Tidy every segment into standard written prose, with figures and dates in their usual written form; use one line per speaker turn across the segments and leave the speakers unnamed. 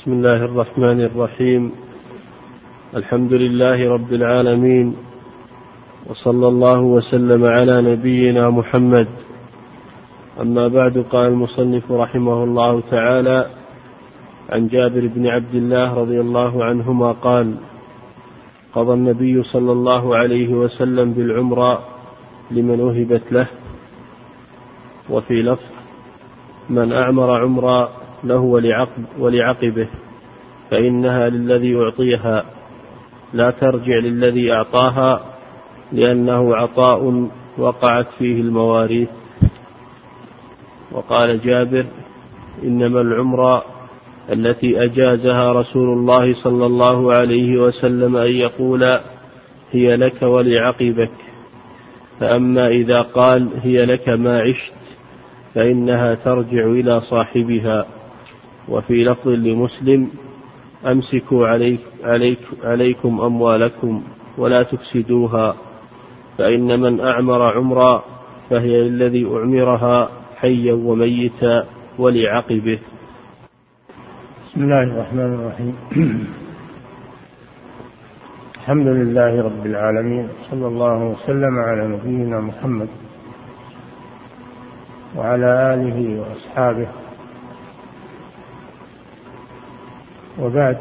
بسم الله الرحمن الرحيم. الحمد لله رب العالمين، وصلى الله وسلم على نبينا محمد. أما بعد، قال المصنف رحمه الله تعالى: عن جابر بن عبد الله رضي الله عنهما قال: قضى النبي صلى الله عليه وسلم بالعمرة لمن وهبت له. وفي لفظ: من أعمر عمرا له ولعقبه، فإنها للذي أعطيها لا ترجع للذي أعطاها، لأنه عطاء وقعت فيه المواريث. وقال جابر: إنما العمرة التي أجازها رسول الله صلى الله عليه وسلم أن يقول: هي لك ولعقبك. فأما إذا قال: هي لك ما عشت، فإنها ترجع إلى صاحبها. وفي لفظ لمسلم: أمسكوا عليكم أموالكم ولا تفسدوها، فإن من أعمر عمرا فهي للذي أعمرها حيا وميتا ولعقبه.
بسم الله الرحمن الرحيم. الحمد لله رب العالمين، صلى الله وسلم على نبينا محمد وعلى آله وأصحابه، وبعد.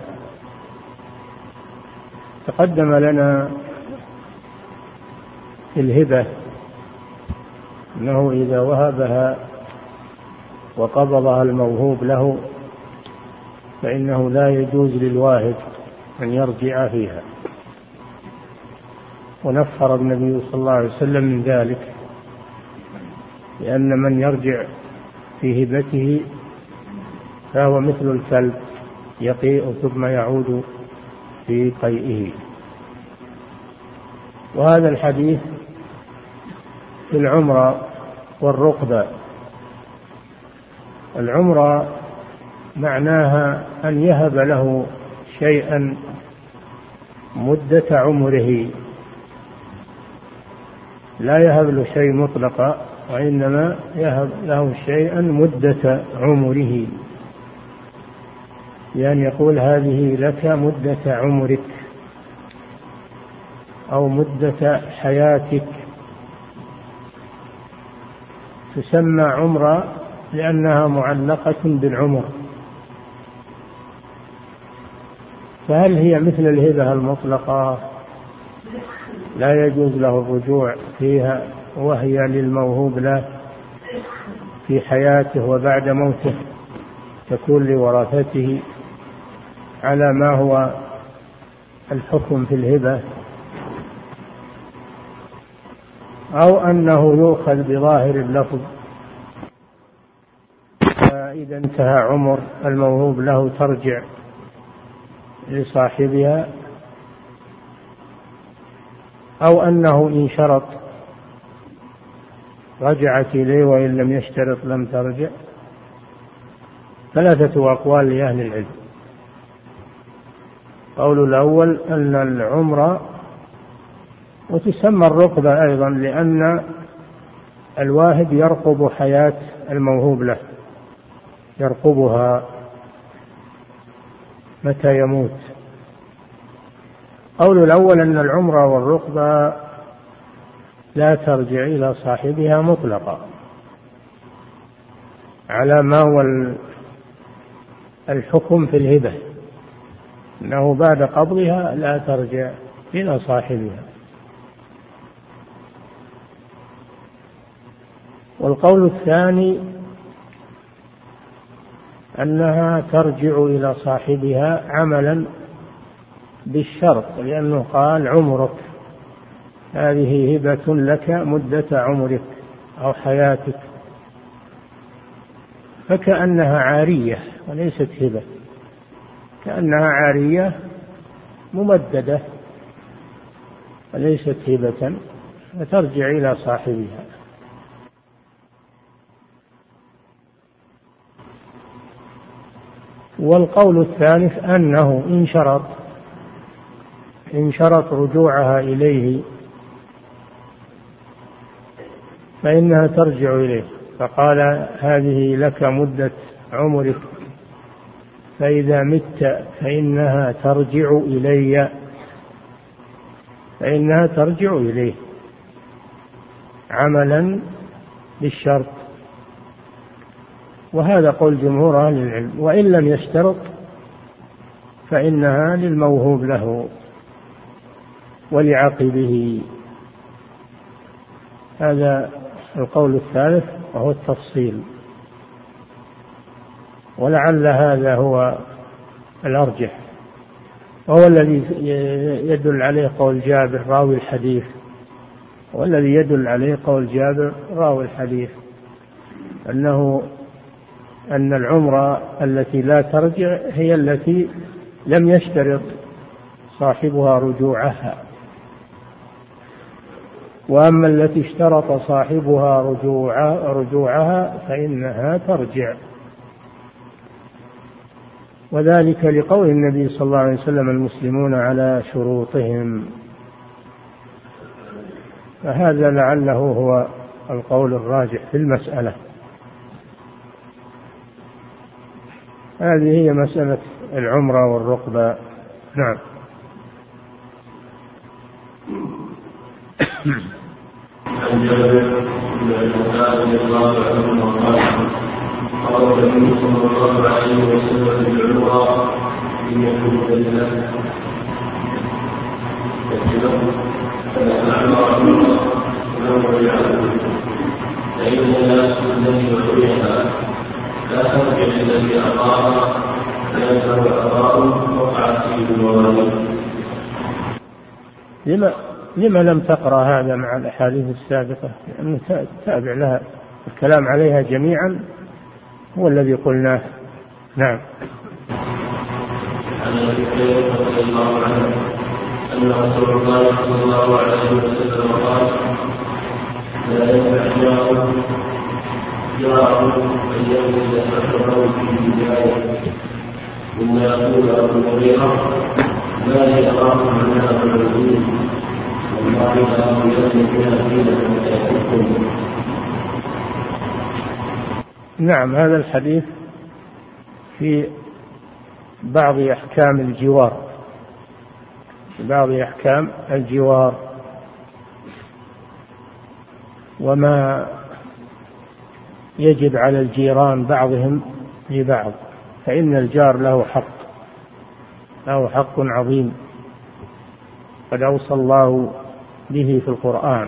تقدم لنا الهبة أنه إذا وهبها وقبضها الموهوب له فإنه لا يجوز للواهب أن يرجع فيها، ونفر النبي صلى الله عليه وسلم من ذلك، لأن من يرجع في هبته فهو مثل الكلب يقيء ثم يعود في قيئه. وهذا الحديث في العمرة والرقبة. العمرة معناها أن يهب له شيئا مدة عمره، لا يهب له شيء مطلقا، وإنما يهب له شيئا مدة عمره، يعني يقول: هذه لك مدة عمرك أو مدة حياتك. تسمى عمرة لأنها معلقة بالعمر. فهل هي مثل الهبة المطلقة لا يجوز له الرجوع فيها، وهي للموهوب له في حياته وبعد موته تكون لورثته على ما هو الحكم في الهبة، أو أنه يؤخذ بظاهر اللفظ، فإذا انتهى عمر الموهوب له ترجع لصاحبها، أو أنه إن شرط رجعت إليه وإن لم يشترط لم ترجع. ثلاثة أقوال لأهل العلم. قول الأول أن العمرة، وتسمى الرقبة أيضا لأن الواهب يرقب حياة الموهوب له، يرقبها متى يموت. قول الأول أن العمرة والرقبة لا ترجع إلى صاحبها مطلقا، على ما هو الحكم في الهبة، أنه بعد قبضها لا ترجع إلى صاحبها. والقول الثاني أنها ترجع إلى صاحبها عملا بالشرط، لأنه قال: عمرك، هذه هبة لك مدة عمرك أو حياتك، فكأنها عارية وليست هبة، كأنها عارية ممددة وليست هبة، فترجع إلى صاحبها. والقول الثالث أنه إن شرط رجوعها إليه فإنها ترجع إليه، فقال: هذه لك مدة عمرك فإذا مت فإنها ترجع إلي، فإنها ترجع إليه عملا بالشرط. وهذا قول جمهور أهل العلم، وإن لم يشترط فإنها للموهوب له ولعقبه. هذا القول الثالث وهو التفصيل، ولعل هذا هو الأرجح، وهو الذي يدل عليه قول جابر راوي الحديث، والذي يدل عليه قول جابر راوي الحديث أن العمرة التي لا ترجع هي التي لم يشترط صاحبها رجوعها، وأما التي اشترط صاحبها رجوعها فإنها ترجع. وذلك لقول النبي صلى الله عليه وسلم المسلمون على شروطهم، فهذا لعله هو القول الراجح في المسألة. هذه هي مسألة العمرة والرقبة. نعم.
عن جابر بن رضي الله عنه قال النبي صلى الله عليه وسلم بالعمرة إن يكون لله فالأعمار له يعلم فإن الناس الذي يعطيها لا ترجع الذي أعطاها لأنه أعطاه وقعت فيه المواليد.
لما لم تقرأ هذا مع الأحاديث السابقة؟ لأنه تابع لها الكلام عليها جميعا هو الذي قلناه. نعم.
عن أبي هريرة رضي الله عنه أن رسول الله صلى الله عليه وسلم قال لا ينفع جاره أن يجلس فحره في بداية ثم يقول أبو هريرة ما لي أراكم من هذا الرجل والله لا يجلس فينا.
نعم. هذا الحديث في بعض أحكام الجوار، وما يجب على الجيران بعضهم لبعض، فإن الجار له حق عظيم قد أوصى الله به في القرآن،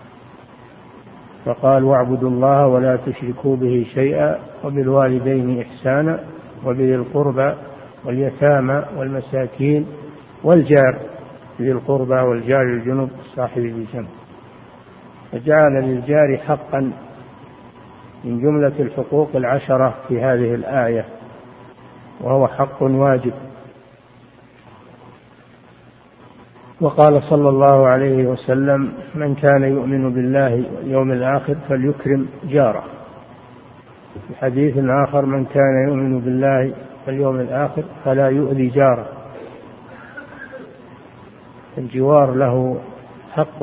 فقال واعبدوا الله ولا تشركوا به شيئا وبالوالدين إحسانا وبذي القربى واليتامى والمساكين والجار ذي القربى والجار الجنب الصاحب بالجنب، فجعل للجار حقا من جملة الحقوق 10 في هذه الآية، وهو حق واجب. وقال صلى الله عليه وسلم من كان يؤمن بالله واليوم الآخر فليكرم جاره. في حديث آخر من كان يؤمن بالله واليوم الآخر فلا يؤذي جاره. الجوار له حق.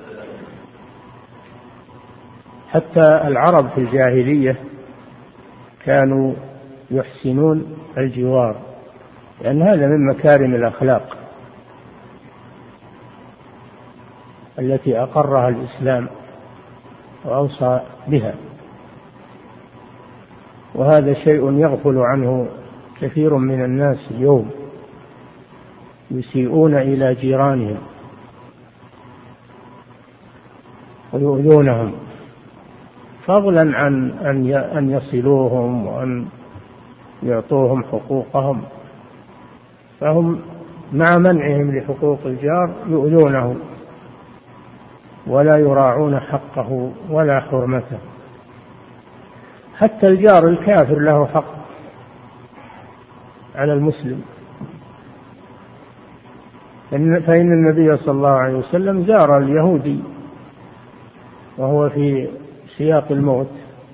حتى العرب في الجاهلية كانوا يحسنون الجوار، لأن هذا من مكارم الأخلاق التي أقرها الإسلام وأوصى بها، وهذا شيء يغفل عنه كثير من الناس اليوم، يسيئون إلى جيرانهم ويؤذونهم، فضلا عن أن يصلوهم وأن يعطوهم حقوقهم، فهم مع منعهم لحقوق الجار يؤذونه ولا يراعون حقه ولا حرمته. حتى الجار الكافر له حق على المسلم، فإن النبي صلى الله عليه وسلم زار اليهودي وهو في سياق الموت،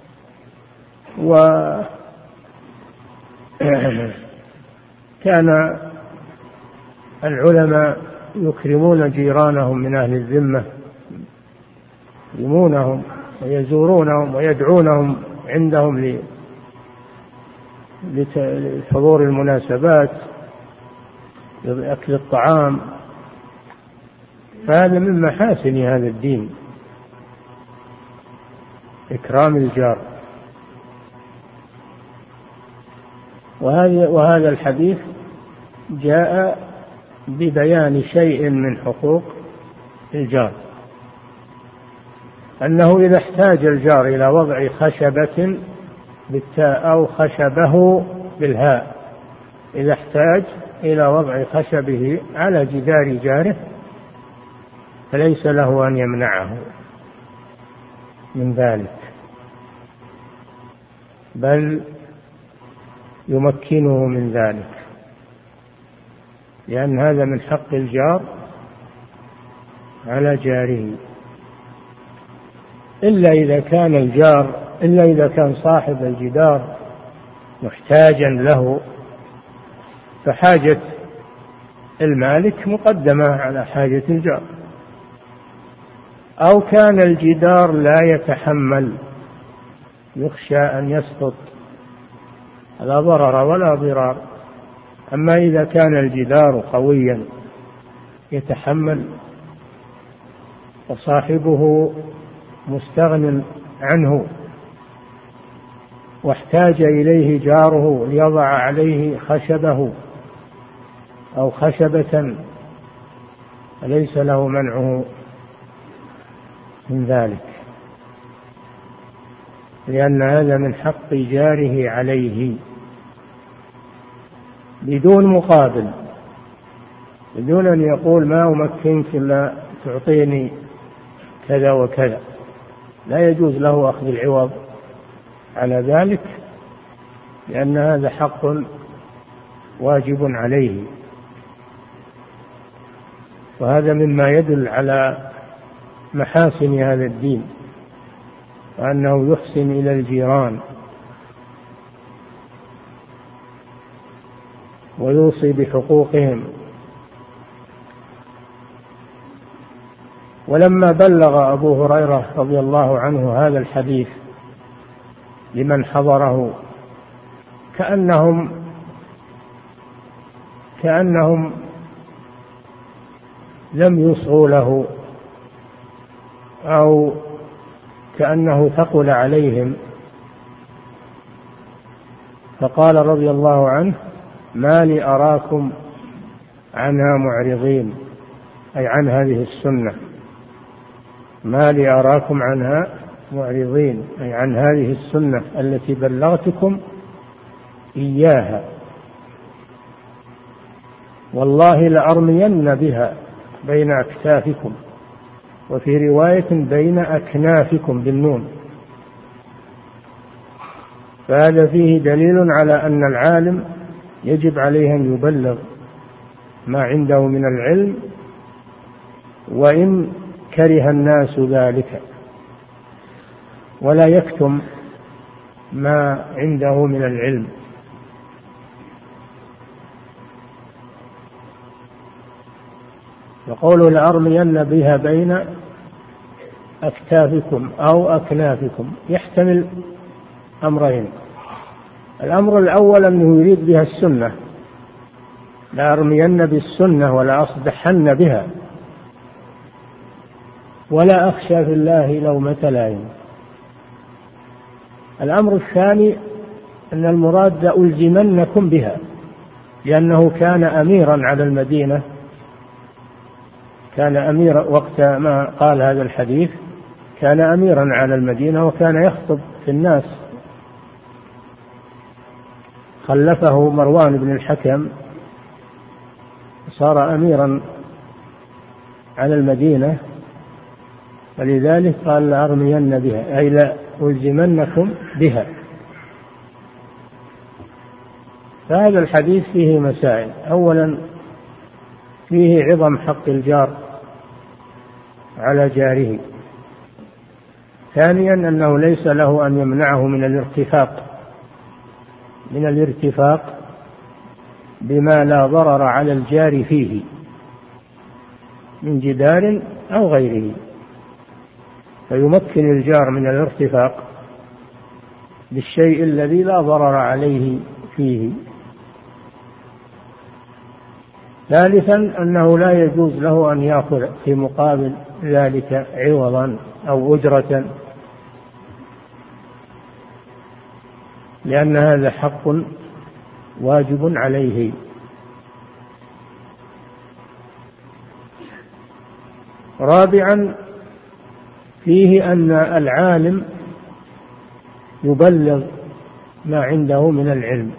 وكان العلماء يكرمون جيرانهم من أهل الذمة، يكرمونهم ويزورونهم ويدعونهم عندهم لحضور المناسبات، لأكل الطعام، فهذا من محاسن هذا الدين، إكرام الجار. وهذا الحديث جاء ببيان شيء من حقوق الجار، أنه إذا احتاج الجار إلى وضع خشبة بالتاء أو خشبه بالهاء، إذا احتاج إلى وضع خشبه على جدار جاره فليس له أن يمنعه من ذلك، بل يمكنه من ذلك، لأن هذا من حق الجار على جاره، إلا إذا كان صاحب الجدار محتاجا له، فحاجة المالك مقدمة على حاجة الجار، أو كان الجدار لا يتحمل، يخشى أن يسقط، لا ضرر ولا ضرار. أما إذا كان الجدار قويا يتحمل وصاحبه مستغن عنه واحتاج إليه جاره ليضع عليه خشبه أو خشبة، فليس له منعه من ذلك، لأن هذا من حق جاره عليه بدون مقابل، بدون أن يقول ما أمكنك إلا تعطيني كذا وكذا، لا يجوز له أخذ العوض على ذلك، لأن هذا حق واجب عليه. وهذا مما يدل على محاسن هذا الدين، وأنه يحسن إلى الجيران ويوصي بحقوقهم. ولما بلغ أبو هريرة رضي الله عنه هذا الحديث لمن حضره كأنهم لم يصغوا له، أو كأنه ثقل عليهم، فقال رضي الله عنه: ما لي أراكم عنها معرضين، أي عن هذه السنة، ما لي أراكم عنها معرضين، أي عن هذه السنة التي بلغتكم إياها، والله لأرمين بها بين أكتافكم، وفي رواية بين أكنافكم بالنون. فهذا فيه دليل على أن العالم يجب عليه أن يبلغ ما عنده من العلم، وإن كره الناس ذلك، ولا يكتم ما عنده من العلم. وقوله لأرمين بها بين أكتافكم أو أكنافكم يحتمل أمرين: الأمر الأول أنه يريد بها السنة، لأرمين بالسنة ولا أصدحن بها ولا أخشى في الله لومة لائم. الأمر الثاني أن المراد لألزمنكم بها، لأنه كان أميرا على المدينة، كان أميرا وقت ما قال هذا الحديث، كان أميرا على المدينة وكان يخطب في الناس، خلفه مروان بن الحكم صار أميرا على المدينة، ولذلك قال لأرمين بها، أي لألزمنكم بها. فهذا الحديث فيه مسائل: أولا فيه عظم حق الجار على جاره، ثانيا أنه ليس له أن يمنعه من الارتفاق بما لا ضرر على الجار فيه من جدار أو غيره، فيمكن الجار من الارتفاق بالشيء الذي لا ضرر عليه فيه. ثالثا أنه لا يجوز له أن يأخذ في مقابل ذلك عوضا أو أجرة، لأن هذا حق واجب عليه. رابعا فيه أن العالم يبلغ ما عنده من العلم،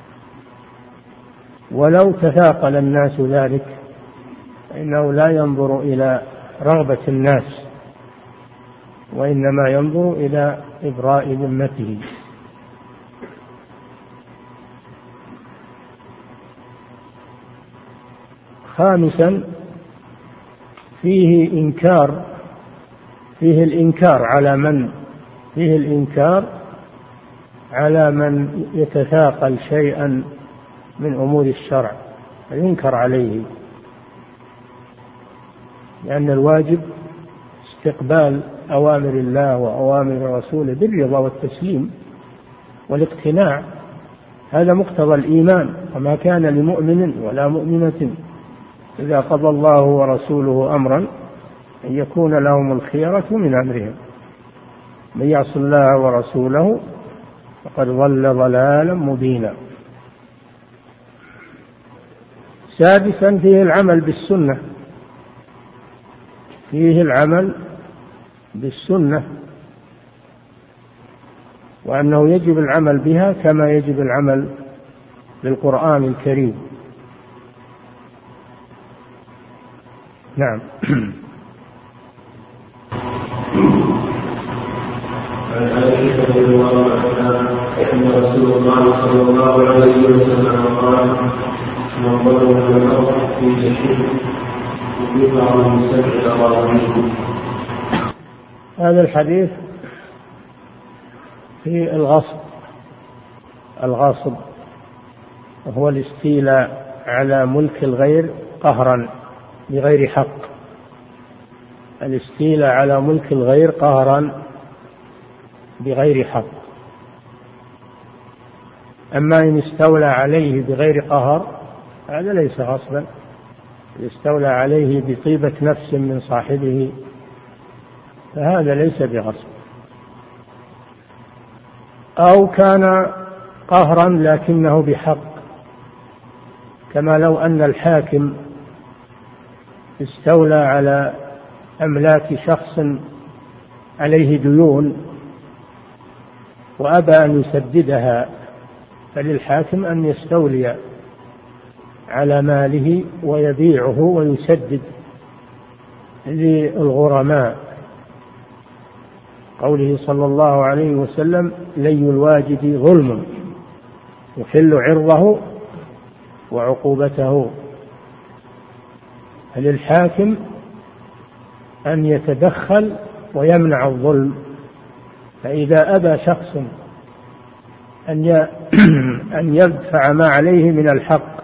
ولو تثاقل الناس ذلك فإنه لا ينظر إلى رغبة الناس، وإنما ينظر إلى إبراء ذمته. خامسا فيه الإنكار على من يتثاقل شيئا من أمور الشرع، ينكر عليه، لأن الواجب استقبال أوامر الله وأوامر رسوله بالرضا والتسليم والاقتناع، هذا مقتضى الإيمان. وما كان لمؤمن ولا مؤمنة إذا قضى الله ورسوله أمرا أن يكون لهم الخيرة من أمرهم، من يعص الله ورسوله فقد ضل ضلالا مبينا. سادسا فيه العمل بالسنة، وأنه يجب العمل بها كما يجب العمل بالقرآن الكريم. نعم.
عن عائشة رضي الله عنها أن رسول الله صلى الله عليه وسلم قال: من ظلم من الأرض في شيء يقطع من 7 أراضين.
هذا الحديث في الغصب وهو الاستيلاء على ملك الغير قهرا بغير حق، الاستيلاء على ملك الغير قهرا بغير حق. أما إن استولى عليه بغير قهر هذا ليس غصبا، استولى عليه بطيبة نفس من صاحبه فهذا ليس بغصب. أو كان قهرا لكنه بحق، كما لو أن الحاكم استولى على أملاك شخص عليه ديون وأبى أن يسددها، فللحاكم أن يستولي على ماله ويبيعه ويسدد للغرماء. قوله صلى الله عليه وسلم: لي الواجد ظلم يحل عرضه وعقوبته. فللحاكم أن يتدخل ويمنع الظلم، فإذا أبى شخص أن يدفع ما عليه من الحق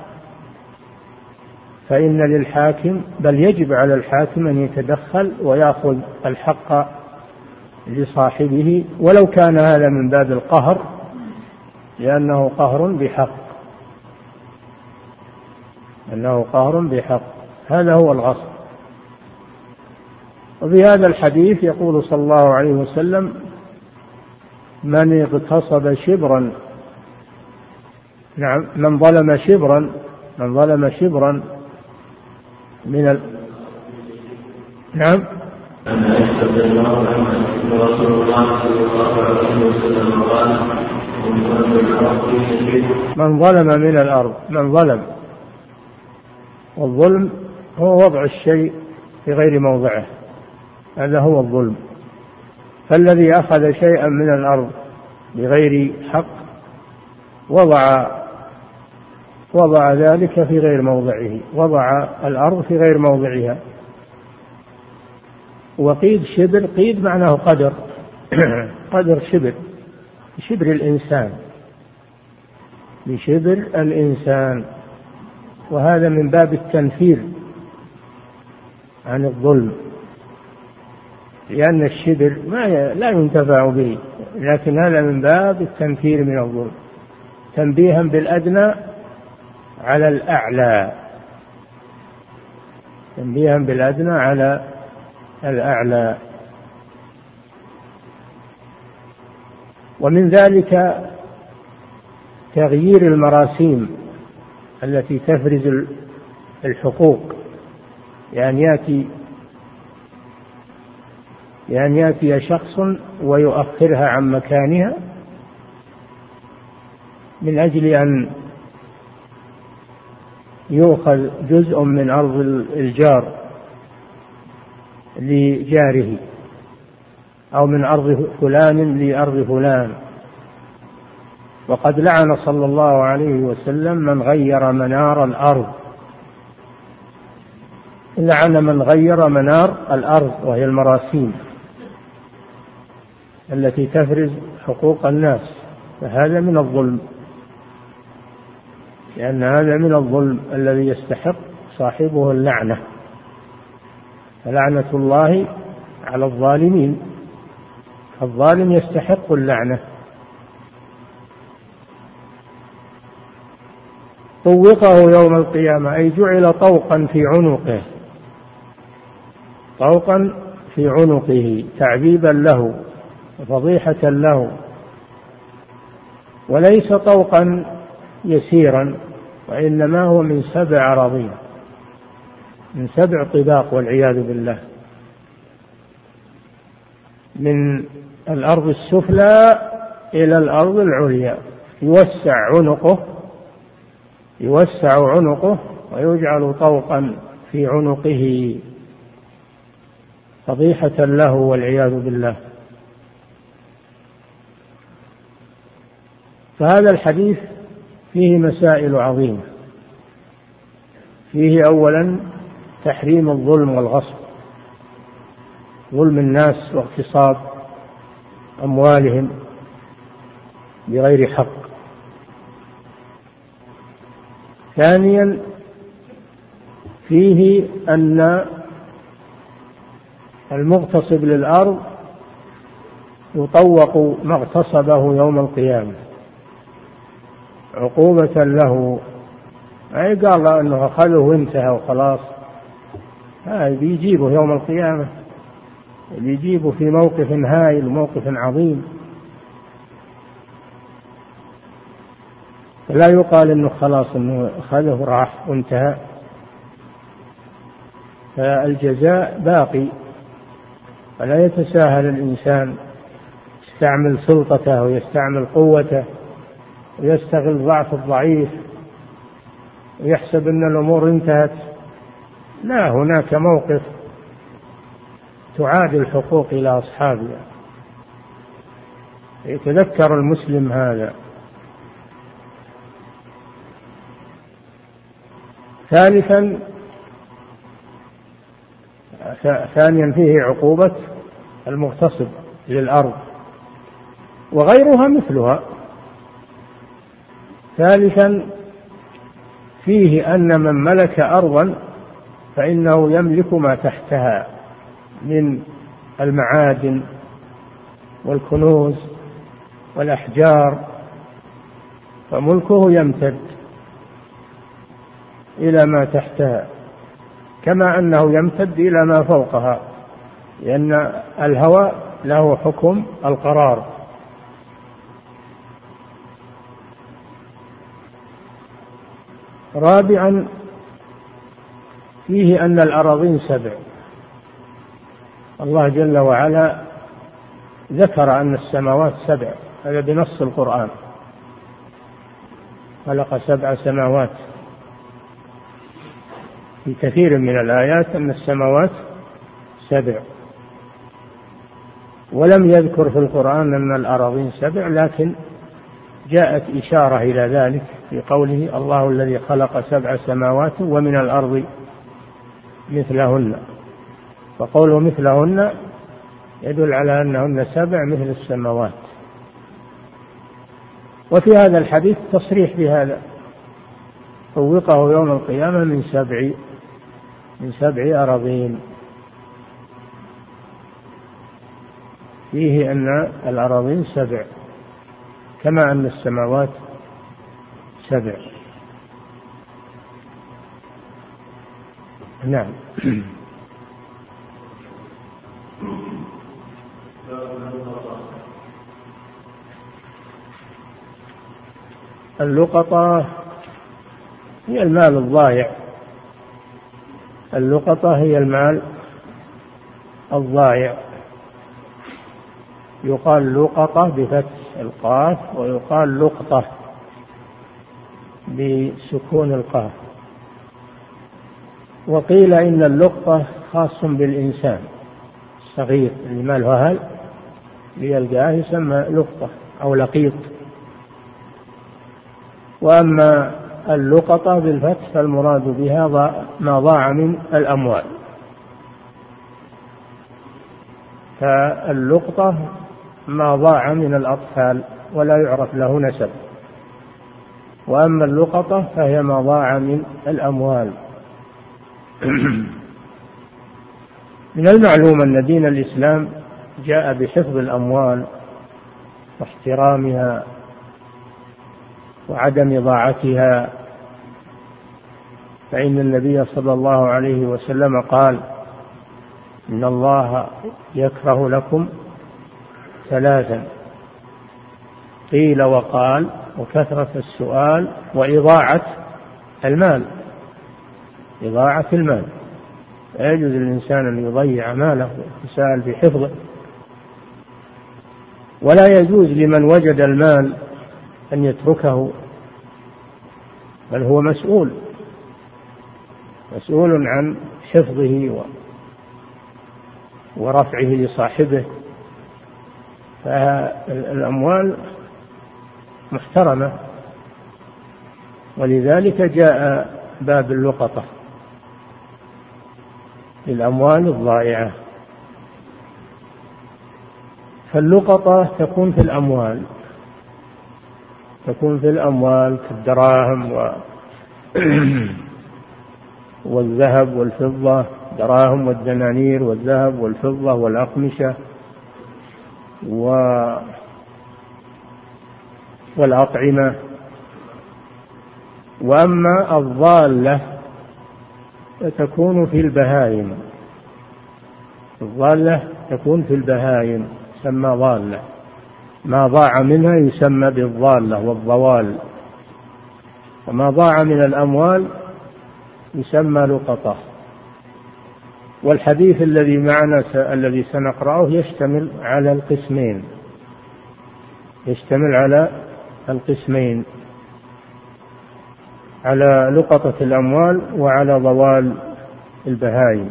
فإن للحاكم، بل يجب على الحاكم أن يتدخل ويأخذ الحق لصاحبه، ولو كان هذا من باب القهر، لأنه قهر بحق، هذا هو الغصب. وفي هذا الحديث يقول صلى الله عليه وسلم: من اغتصب شبرا، نعم، من ظلم شبرا من نعم.
رسول الله صلى الله عليه وسلم قال:
من ظلم من الأرض، من ظلم، والظلم هو وضع الشيء في غير موضعه، هذا هو الظلم. فالذي أخذ شيئا من الأرض بغير حق وضع ذلك في غير موضعه، وضع الأرض في غير موضعها. وقيد شبر، قيد معناه قدر قدر شبر الإنسان، بشبر الإنسان، وهذا من باب التنفير عن الظلم، لأن الشبر لا ينتفع به، لكن هذا من باب التنفير من الظلم. تنبيها بالأدنى على الأعلى، تنبيها بالأدنى على الأعلى. ومن ذلك تغيير المراسيم التي تفرز الحقوق، يعني يأتي شخص ويؤخرها عن مكانها من أجل أن يؤخذ جزء من أرض الجار لجاره، أو من أرض فلان لأرض فلان. وقد لعن صلى الله عليه وسلم من غير منار الأرض، لعن من غير منار الأرض، وهي المراسيم التي تفرز حقوق الناس. فهذا من الظلم، لأن هذا من الظلم الذي يستحق صاحبه اللعنة، فلعنة الله على الظالمين، الظالم يستحق اللعنة. طوقه يوم القيامة، أي جعل طوقا في عنقه، طوقا في عنقه تعذيبا له وفضيحة له، وليس طوقا يسيرا، وإنما هو من 7 أراضين، من 7 طباق والعياذ بالله، من الأرض السفلى إلى الأرض العليا. يوسع عنقه ويجعل طوقا في عنقه فضيحة له والعياذ بالله. فهذا الحديث فيه مسائل عظيمة. فيه أولا تحريم الظلم والغصب، ظلم الناس واغتصاب أموالهم بغير حق. ثانيا فيه أن المغتصب للأرض يطوق ما اغتصبه يوم القيامة عقوبة له، أي قال أنه أخذه وانتهى وخلاص، بيجيبه يوم القيامة، بيجيبه في موقف هائل وموقف عظيم. لا يقال أنه خلاص أنه أخذه راح وانتهى، فالجزاء باقي. فلا يتساهل الإنسان، يستعمل سلطته ويستعمل قوته ويستغل ضعف الضعيف ويحسب أن الأمور انتهت. لا، هناك موقف تعاد الحقوق إلى أصحابها، يتذكر المسلم هذا. ثانيا فيه عقوبة المغتصب للأرض وغيرها مثلها. ثالثا فيه أن من ملك أرضا فإنه يملك ما تحتها من المعادن والكنوز والأحجار، فملكه يمتد إلى ما تحتها، كما أنه يمتد إلى ما فوقها، لأن الهواء له حكم القرار. رابعا فيه أن الأراضين 7. الله جل وعلا ذكر أن السماوات 7، هذا بنص القرآن، خلق 7 سماوات. في كثير من الآيات أن السماوات 7، ولم يذكر في القرآن أن الأراضين 7، لكن جاءت إشارة إلى ذلك في قوله الله الذي خلق 7 سماوات ومن الأرض مثلهن، فقوله مثلهن يدل على أنهن 7 مثل السماوات. وفي هذا الحديث تصريح بهذا، طوقه يوم القيامة من 7 أراضين. فيه أن الأراضين 7 كما أن السماوات 7. نعم. اللقطة هي المال الضائع. اللقطة هي المال الضائع. يقال لقطة بفتح القاف، ويقال لقطة بسكون القاف. وقيل إن اللقطة خاص بالإنسان الصغير اللي ما له أهل ليلقاه يسمى لقطة أو لقيط. وأما اللقطة بالفتح فالمراد بها ما ضاع من الأموال. فاللقطة ما ضاع من الأطفال ولا يعرف له نسب، وأما اللقطة فهي ما ضاع من الأموال. من المعلوم أن دين الإسلام جاء بحفظ الأموال واحترامها وعدم ضاعتها، فإن النبي صلى الله عليه وسلم قال: إن الله يكره لكم 3: قيل وقال وكثرة السؤال وإضاعة المال. إضاعة المال، لا يجوز للإنسان أن يضيع ماله ويتساهل في حفظه، ولا يجوز لمن وجد المال أن يتركه، بل هو مسؤول عن حفظه ورفعه لصاحبه. فالأموال محترمة، ولذلك جاء باب اللقطة للأموال الضائعة. فاللقطة تكون في الأموال كالدراهم والذهب والفضة، دراهم والدنانير والذهب والفضة والأقمشة والأطعمة. وأما الضالة فتكون في البهائم. الضالة تكون في البهائم تسمى ضالة، ما ضاع منها يسمى بالضالة والضوال، وما ضاع من الأموال يسمى لقطة. والحديث الذي معنا الذي سنقرأه يشتمل على القسمين، على لقطة الأموال وعلى ضوال البهائم.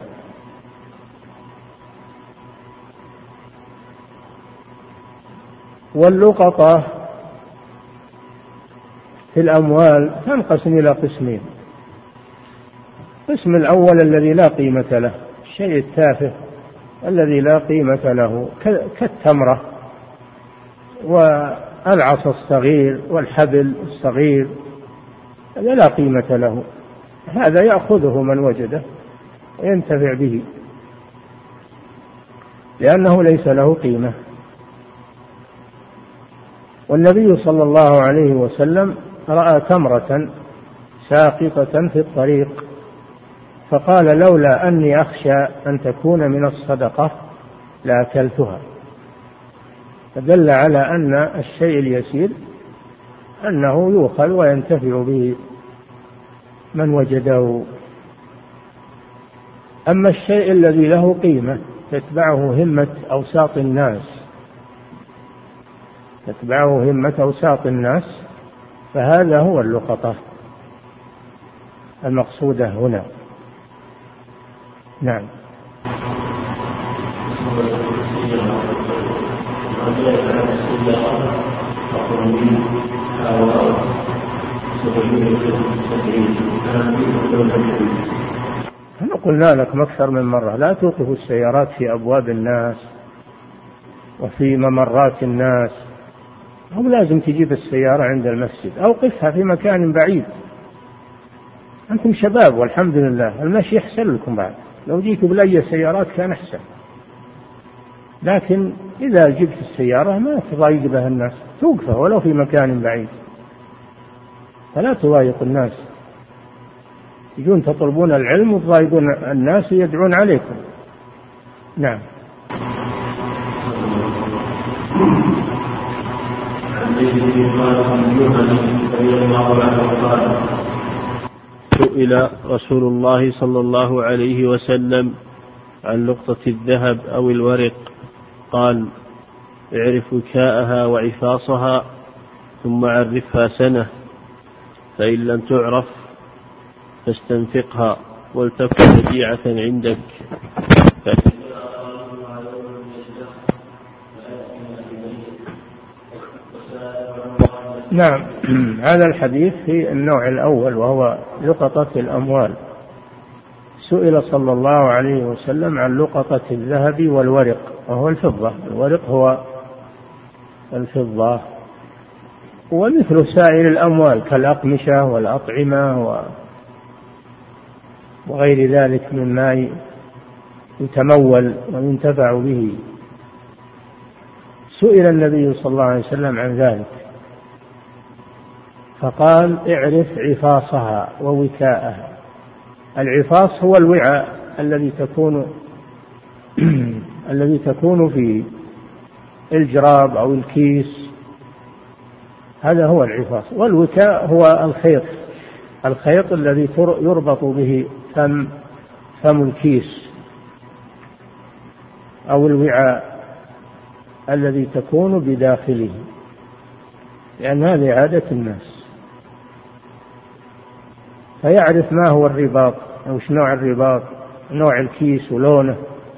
واللقطة في الأموال تنقسم إلى قسمين: القسم الأول الذي لا قيمة له، الشيء التافه الذي لا قيمة له كالتمرة والعصا الصغير والحبل الصغير، هذا لا قيمة له، هذا يأخذه من وجده وينتفع به لأنه ليس له قيمة. والنبي صلى الله عليه وسلم رأى تمرة ساقطة في الطريق فقال: لولا أني أخشى أن تكون من الصدقة لأكلتها. فدل على أن الشيء اليسير أنه يؤخذ وينتفع به من وجده. أما الشيء الذي له قيمة تتبعه همة أوساط الناس فهذا هو اللقطة المقصودة هنا. نعم. أنا قلنا لكم أكثر من مرة: لا توقفوا السيارات في أبواب الناس وفي ممرات الناس، هم لازم تجيب السيارة عند المسجد، أوقفها في مكان بعيد. أنتم شباب والحمد لله، المشي يحسن لكم، بعد لو جيتوا بلي سيارات كان أحسن، لكن إذا جبت السيارة ما تضايق بها الناس، توقفها ولو في مكان بعيد. فلا تضايق الناس، يجون تطلبون العلم وتضايقون الناس يدعون عليكم. نعم.
سئل رسول الله صلى الله عليه وسلم عن لقطة الذهب أو الورق، قال: اعرف وكاءها وعفاصها ثم عرفها سنة، فإن لم تعرف فاستنفقها ولتكن وديعة عندك.
نعم. هذا الحديث في النوع الأول وهو لقطة الأموال. سئل صلى الله عليه وسلم عن لقطة الذهب والورق وهو الفضة. الورق هو الفضة، ومثل سائر الأموال كالأقمشة والأطعمة وغير ذلك مما يتمول وينتفع به. سئل النبي صلى الله عليه وسلم عن ذلك فقال: اعرف عفاصها ووكاءها. العفاص هو الوعاء الذي تكون في الجراب أو الكيس، هذا هو العفاص. والوكاء هو الخيط الذي يربط به فم الكيس أو الوعاء الذي تكون بداخله، لأن هذه عادة الناس. فيعرف ما هو الرباط أو نوع الرباط، نوع الكيس ولونه،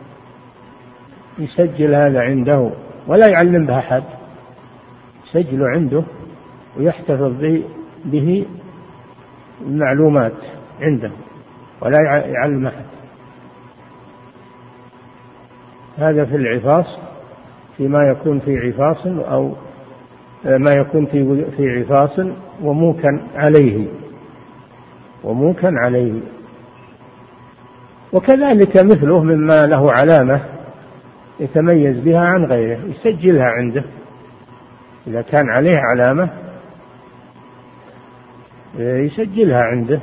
يسجل هذا عنده ولا يعلم به أحد، يسجله عنده ويحتفظ به المعلومات عنده ولا يعلم أحد. هذا في العفاص، فيما يكون في عفاص أو ما يكون في عفاص وموكا عليه. وكذلك مثله مما له علامة يتميز بها عن غيره يسجلها عنده، إذا كان عليه علامة يسجلها عنده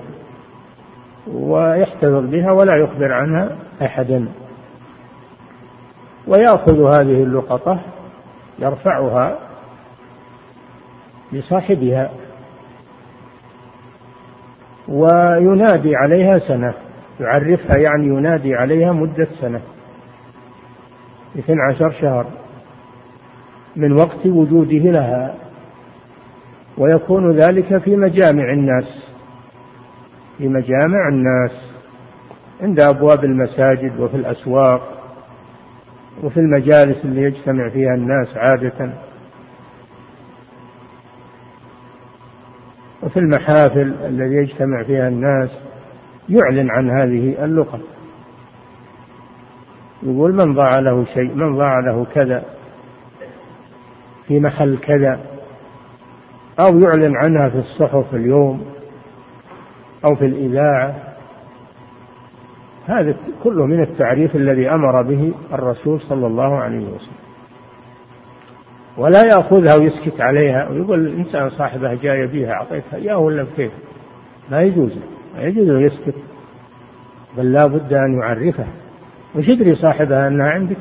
ويحتفظ بها ولا يخبر عنها أحدا. ويأخذ هذه اللقطة يرفعها لصاحبها وينادي عليها سنة، يعرفها يعني ينادي عليها مدة سنة 12 شهر من وقت وجوده لها. ويكون ذلك في مجامع الناس عند أبواب المساجد وفي الأسواق وفي المجالس اللي يجتمع فيها الناس عادة، وفي المحافل التي يجتمع فيها الناس يعلن عن هذه اللقطة، يقول: من ضاع له شيء، من ضاع له كذا في محل كذا، أو يعلن عنها في الصحف اليوم أو في الإذاعة. هذا كله من التعريف الذي أمر به الرسول صلى الله عليه وسلم. ولا يأخذها ويسكت عليها ويقول الإنسان صاحبها جاي بها أعطيتها إياه ولا كيف، لا يجوز يسكت، بل لا بد أن يعرفها. وش يدري صاحبها أنها عندك؟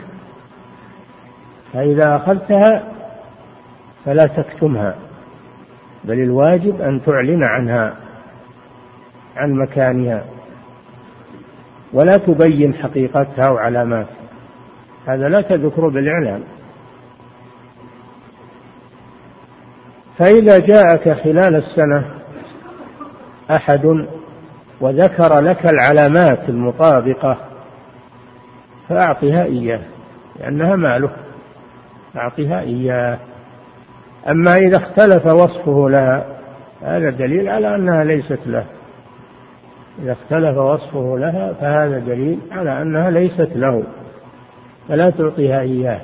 فإذا أخذتها فلا تكتمها، بل الواجب أن تعلن عنها، عن مكانها، ولا تبين حقيقتها وعلاماتها، هذا لا تذكر بالإعلان. فإذا جاءك خلال السنة أحد وذكر لك العلامات المطابقة فأعطها إياه، لأنها ماله، أعطها إياه. أما إذا اختلف وصفه لها هذا دليل على أنها ليست له، إذا اختلف وصفه لها فهذا دليل على أنها ليست له، فلا تعطيها إياه.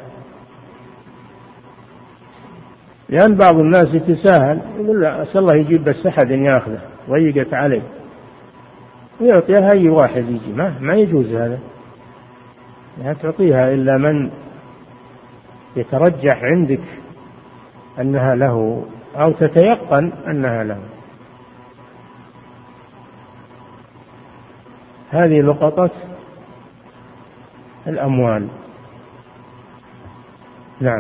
لأن بعض الناس يتساهل يقول: لا أسأل الله يجيب بس أحد يأخذه، ضيقت عليه، ويعطيها أي واحد يجي. ما يجوز هذا، لا تعطيها إلا من يترجح عندك أنها له أو تتيقن أنها له. هذه لقطة الأموال. نعم.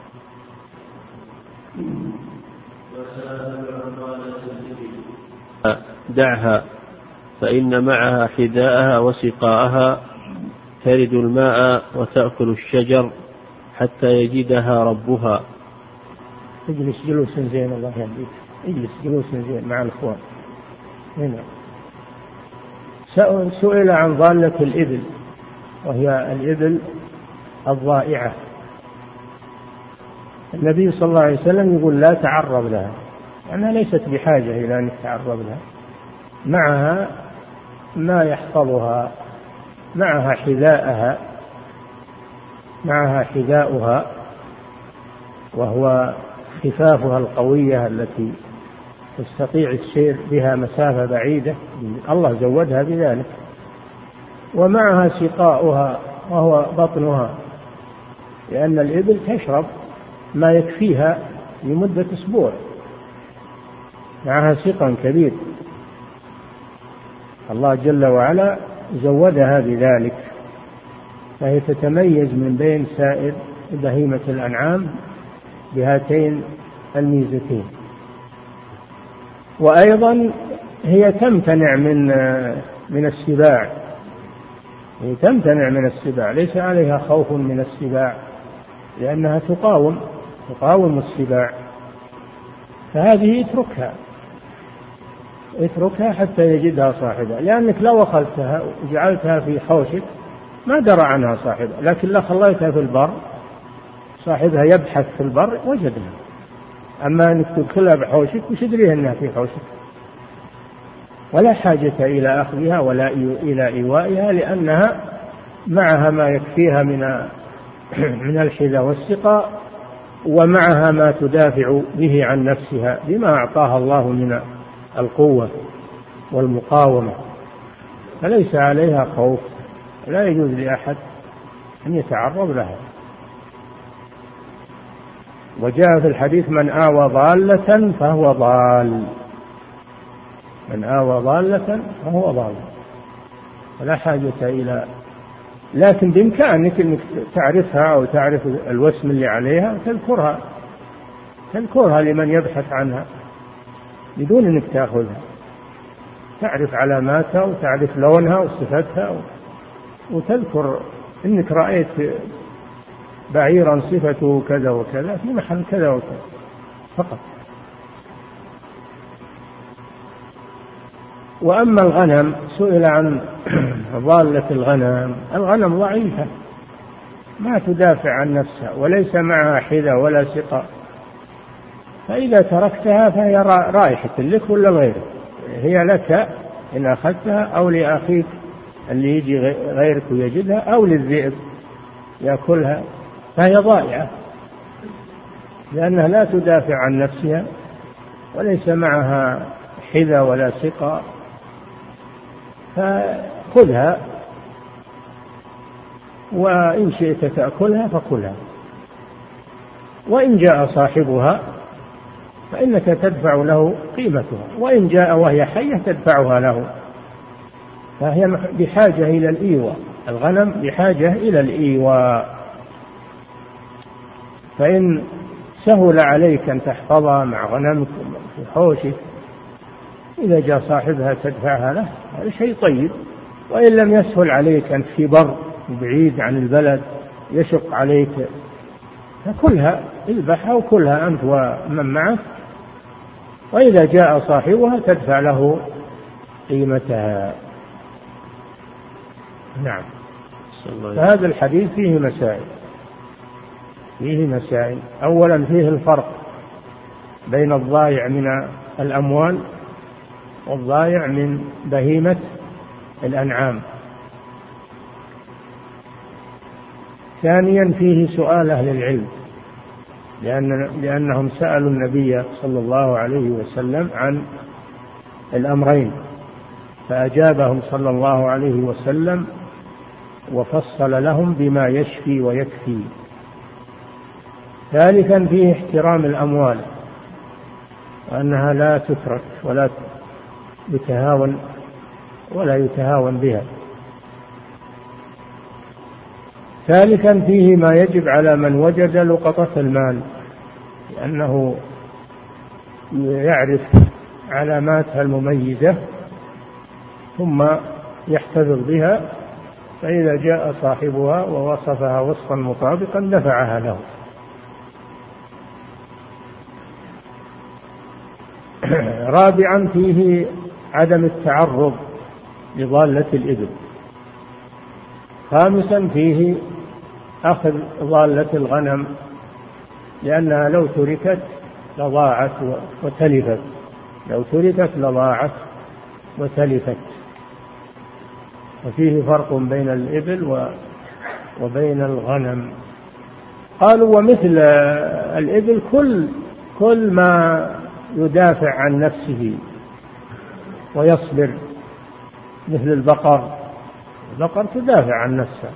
دعها فإن معها حذاءها وسقاءها، ترد الماء وتأكل الشجر حتى يجدها ربها.
اجلس جلوسا زين، الله يهديك، اجلس جلوسا زين مع الأخوان. هنا سئل عن ضالة الإبل، وهي الإبل الضائعة. النبي صلى الله عليه وسلم يقول لا تعرض لها، لأنها ليست بحاجة إلى أن تتعرض لها، معها ما يحفظها، معها حذاؤها وهو خفافها القوية التي تستطيع السير بها مسافة بعيدة، الله زودها بذلك، ومعها سقاؤها وهو بطنها، لأن الإبل تشرب ما يكفيها لمدة أسبوع، معها سقا كبير، الله جل وعلا زودها بذلك، فهي تتميز من بين سائر بهيمة الأنعام بهاتين الميزتين. وأيضا هي تمتنع من السباع، هي تمتنع من السباع، ليس عليها خوف من السباع، لأنها تقاوم السباع، فهذه اتركها حتى يجدها صاحبها، لأنك لو أخذتها وجعلتها في حوشك ما درى عنها صاحبها، لكن لو خليتها في البر صاحبها يبحث في البر وجدها. أما أنك تدخلها بحوشك وش تدريه أنها في حوشك، ولا حاجة إلى أخذها ولا إلى إيوائها، لأنها معها ما يكفيها من الحذاء والسقاء، ومعها ما تدافع به عن نفسها بما أعطاها الله من القوة والمقاومة، فليس عليها خوف، لا يجوز لأحد أن يتعرض لها. وجاء في الحديث من آوى ضالة فهو ضال، من آوى ضالة فهو ضال، ولا حاجة إلى، لكن بإمكانك أنك تعرفها أو تعرف الوسم اللي عليها تذكرها لمن يبحث عنها بدون أنك تأخذها، تعرف علاماتها وتعرف لونها وصفتها، وتذكر أنك رأيت بعيرا صفته كذا وكذا في محل كذا وكذا فقط. وأما الغنم، سئل عن ضالة الغنم ضعيفة ما تدافع عن نفسها، وليس معها حذاء ولا سقاء، فإذا تركتها فهي رائحة لك ولا غيرك، هي لك إن أخذتها، أو لأخيك اللي يجي غيرك ويجدها، أو للذئب يأكلها، فهي ضائعة لأنها لا تدافع عن نفسها وليس معها حذاء ولا سقاء، فخذها، وإن شئت تأكلها فكلها، وإن جاء صاحبها فإنك تدفع له قيمتها، وإن جاء وهي حية تدفعها له، فهي بحاجة إلى الإيواء، الغنم بحاجة إلى الإيواء، فإن سهل عليك أن تحفظها مع غنمك في حوشك، إذا جاء صاحبها تدفعها له، هذا شيء طيب. وإن لم يسهل عليك أنت في بر بعيد عن البلد يشق عليك، فكلها، اذبحها وكلها أنت ومن معك، وإذا جاء صاحبها تدفع له قيمتها. نعم. فهذا الحديث فيه مسائل. أولا فيه الفرق بين الضائع من الأموال والضائع من بهيمة الأنعام. ثانيا فيه سؤال أهل العلم، لأنهم سألوا النبي صلى الله عليه وسلم عن الأمرين، فأجابهم صلى الله عليه وسلم وفصل لهم بما يشفي ويكفي. ثالثا فيه احترام الأموال، وأنها لا تترك ولا يتهاون ولا يتهاون بها. ثالثا فيه ما يجب على من وجد لقطة المال، لأنه يعرف علاماتها المميزة ثم يحتفظ بها، فإذا جاء صاحبها ووصفها وصفا مطابقا دفعها له. رابعا فيه عدم التعرض لضالة الإبل. خامسا فيه أخذ ضالة الغنم، لأنها لو تركت لضاعت وتلفت، لو تركت لضاعت وتلفت. وفيه فرق بين الإبل وبين الغنم. قالوا ومثل الإبل كل ما يدافع عن نفسه ويصبر، مثل البقر تدافع عن نفسها،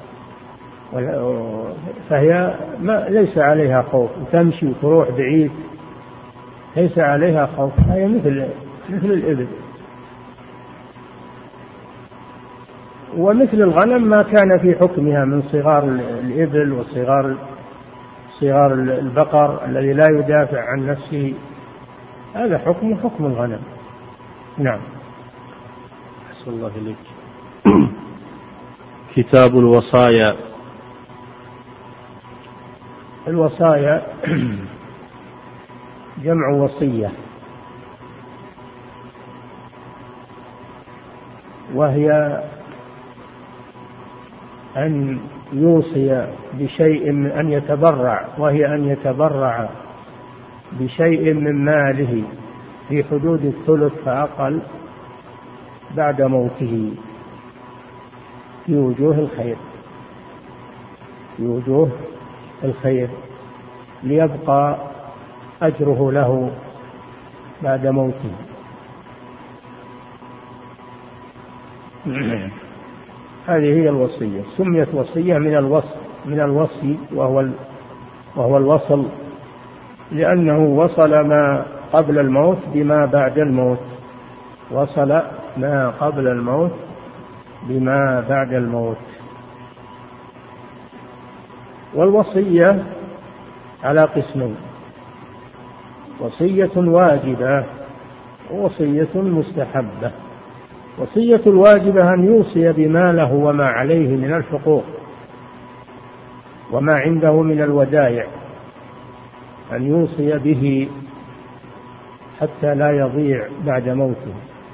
فهي ليس عليها خوف، تمشي وتروح بعيد ليس عليها خوف، هي مثل الإبل. ومثل الغنم ما كان في حكمها من صغار الإبل وصغار البقر الذي لا يدافع عن نفسه، هذا حكم الغنم. نعم.
أحسن الله إليك. كتاب الوصايا.
الوصايا جمع وصية، وهي أن يوصي بشيء من أن يتبرع بشيء من ماله في حدود الثلث فأقل بعد موته في وجوه الخير ليبقى أجره له بعد موته. هذه هي الوصية. سميت وصية من الوصي وهو الوصل، لأنه وصل ما قبل الموت بما بعد الموت، وصل ما قبل الموت بما بعد الموت. والوصية على قسمين: وصية واجبة ووصية مستحبة. وصية الواجبة أن يوصي بما له وما عليه من الحقوق وما عنده من الودائع، أن يوصي به حتى لا يضيع بعد موته.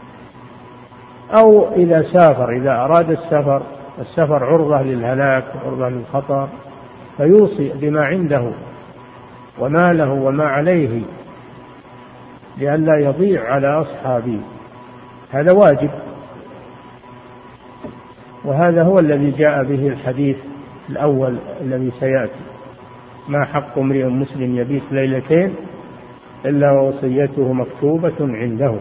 أو إذا سافر، إذا أراد السفر عرضة للهلاك عرضة للخطر، فيوصي بما عنده وما له وما عليه لئلا يضيع على أصحابه. هذا واجب، وهذا هو الذي جاء به الحديث الأول الذي سيأتي: ما حق امرئ مسلم يبيت ليلتين إلا ووصيته مكتوبة عنده.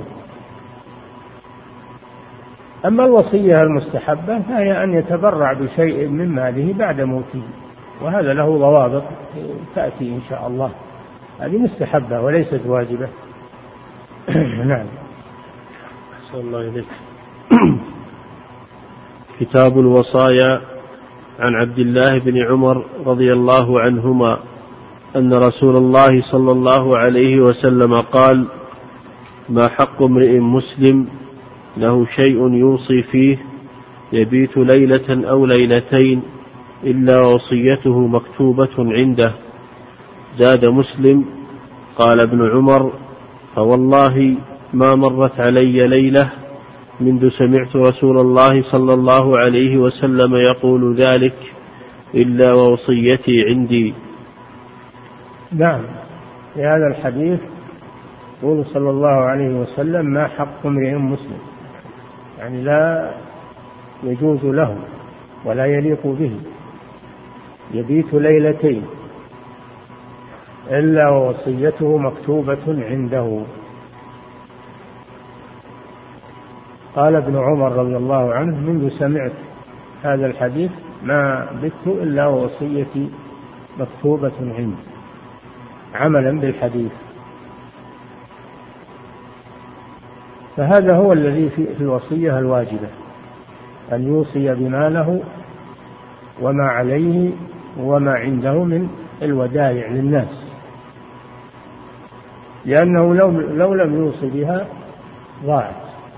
أما الوصية المستحبة فهي أن يتبرع بشيء من ماله بعد موته، وهذا له ضوابط تأتي إن شاء الله. هذه مستحبة وليست واجبة. نعم.
أحسن الله إليك. كتاب الوصايا. عن عبد الله بن عمر رضي الله عنهما أن رسول الله صلى الله عليه وسلم قال: ما حق امرئ مسلم له شيء يوصي فيه يبيت ليلة أو ليلتين إلا وصيته مكتوبة عنده. زاد مسلم: قال ابن عمر: فوالله ما مرت علي ليلة منذ سمعت رسول الله صلى الله عليه وسلم يقول ذلك إلا ووصيتي عندي.
نعم. في هذا الحديث يقول صلى الله عليه وسلم: ما حق امرئ مسلم، يعني لا يجوز له ولا يليق به يبيت ليلتين إلا ووصيته مكتوبة عنده. قال ابن عمر رضي الله عنه: منذ سمعت هذا الحديث ما بت إلا ووصيتي مكتوبة عندي، عملا بالحديث. فهذا هو الذي في الوصية الواجبة. أن يوصي بما له وما عليه وما عنده من الودائع للناس، لأنه لو لم يوصي بها ضاعت.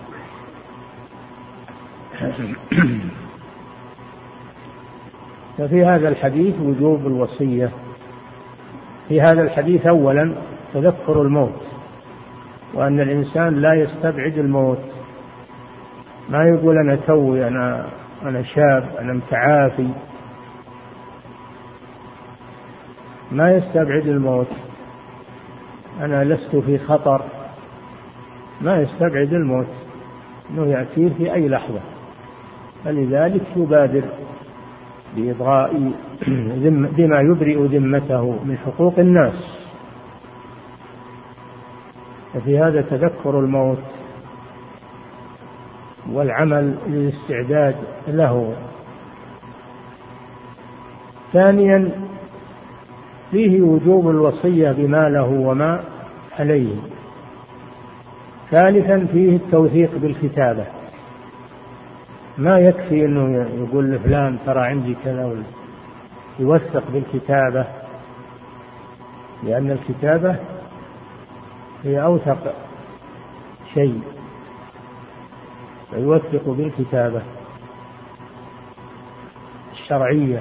ففي هذا الحديث وجوب الوصية. في هذا الحديث أولا تذكر الموت، وأن الإنسان لا يستبعد الموت، ما يقول أنا توي، أنا شاب، أنا متعافي، ما يستبعد الموت، أنا لست في خطر، ما يستبعد الموت، أنه يأتيه في أي لحظة. فلذلك يبادر بإبراء بما يبرئ ذمته من حقوق الناس. ففي هذا تذكر الموت والعمل للاستعداد له. ثانيا فيه وجوب الوصية بما له وما عليه. ثالثا فيه التوثيق بالكتابة، ما يكفي أنه يقول لفلان ترى عندي كذا، يوثق بالكتابة، لأن الكتابة هي أوثق شيء، فيوثق بالكتابة الشرعية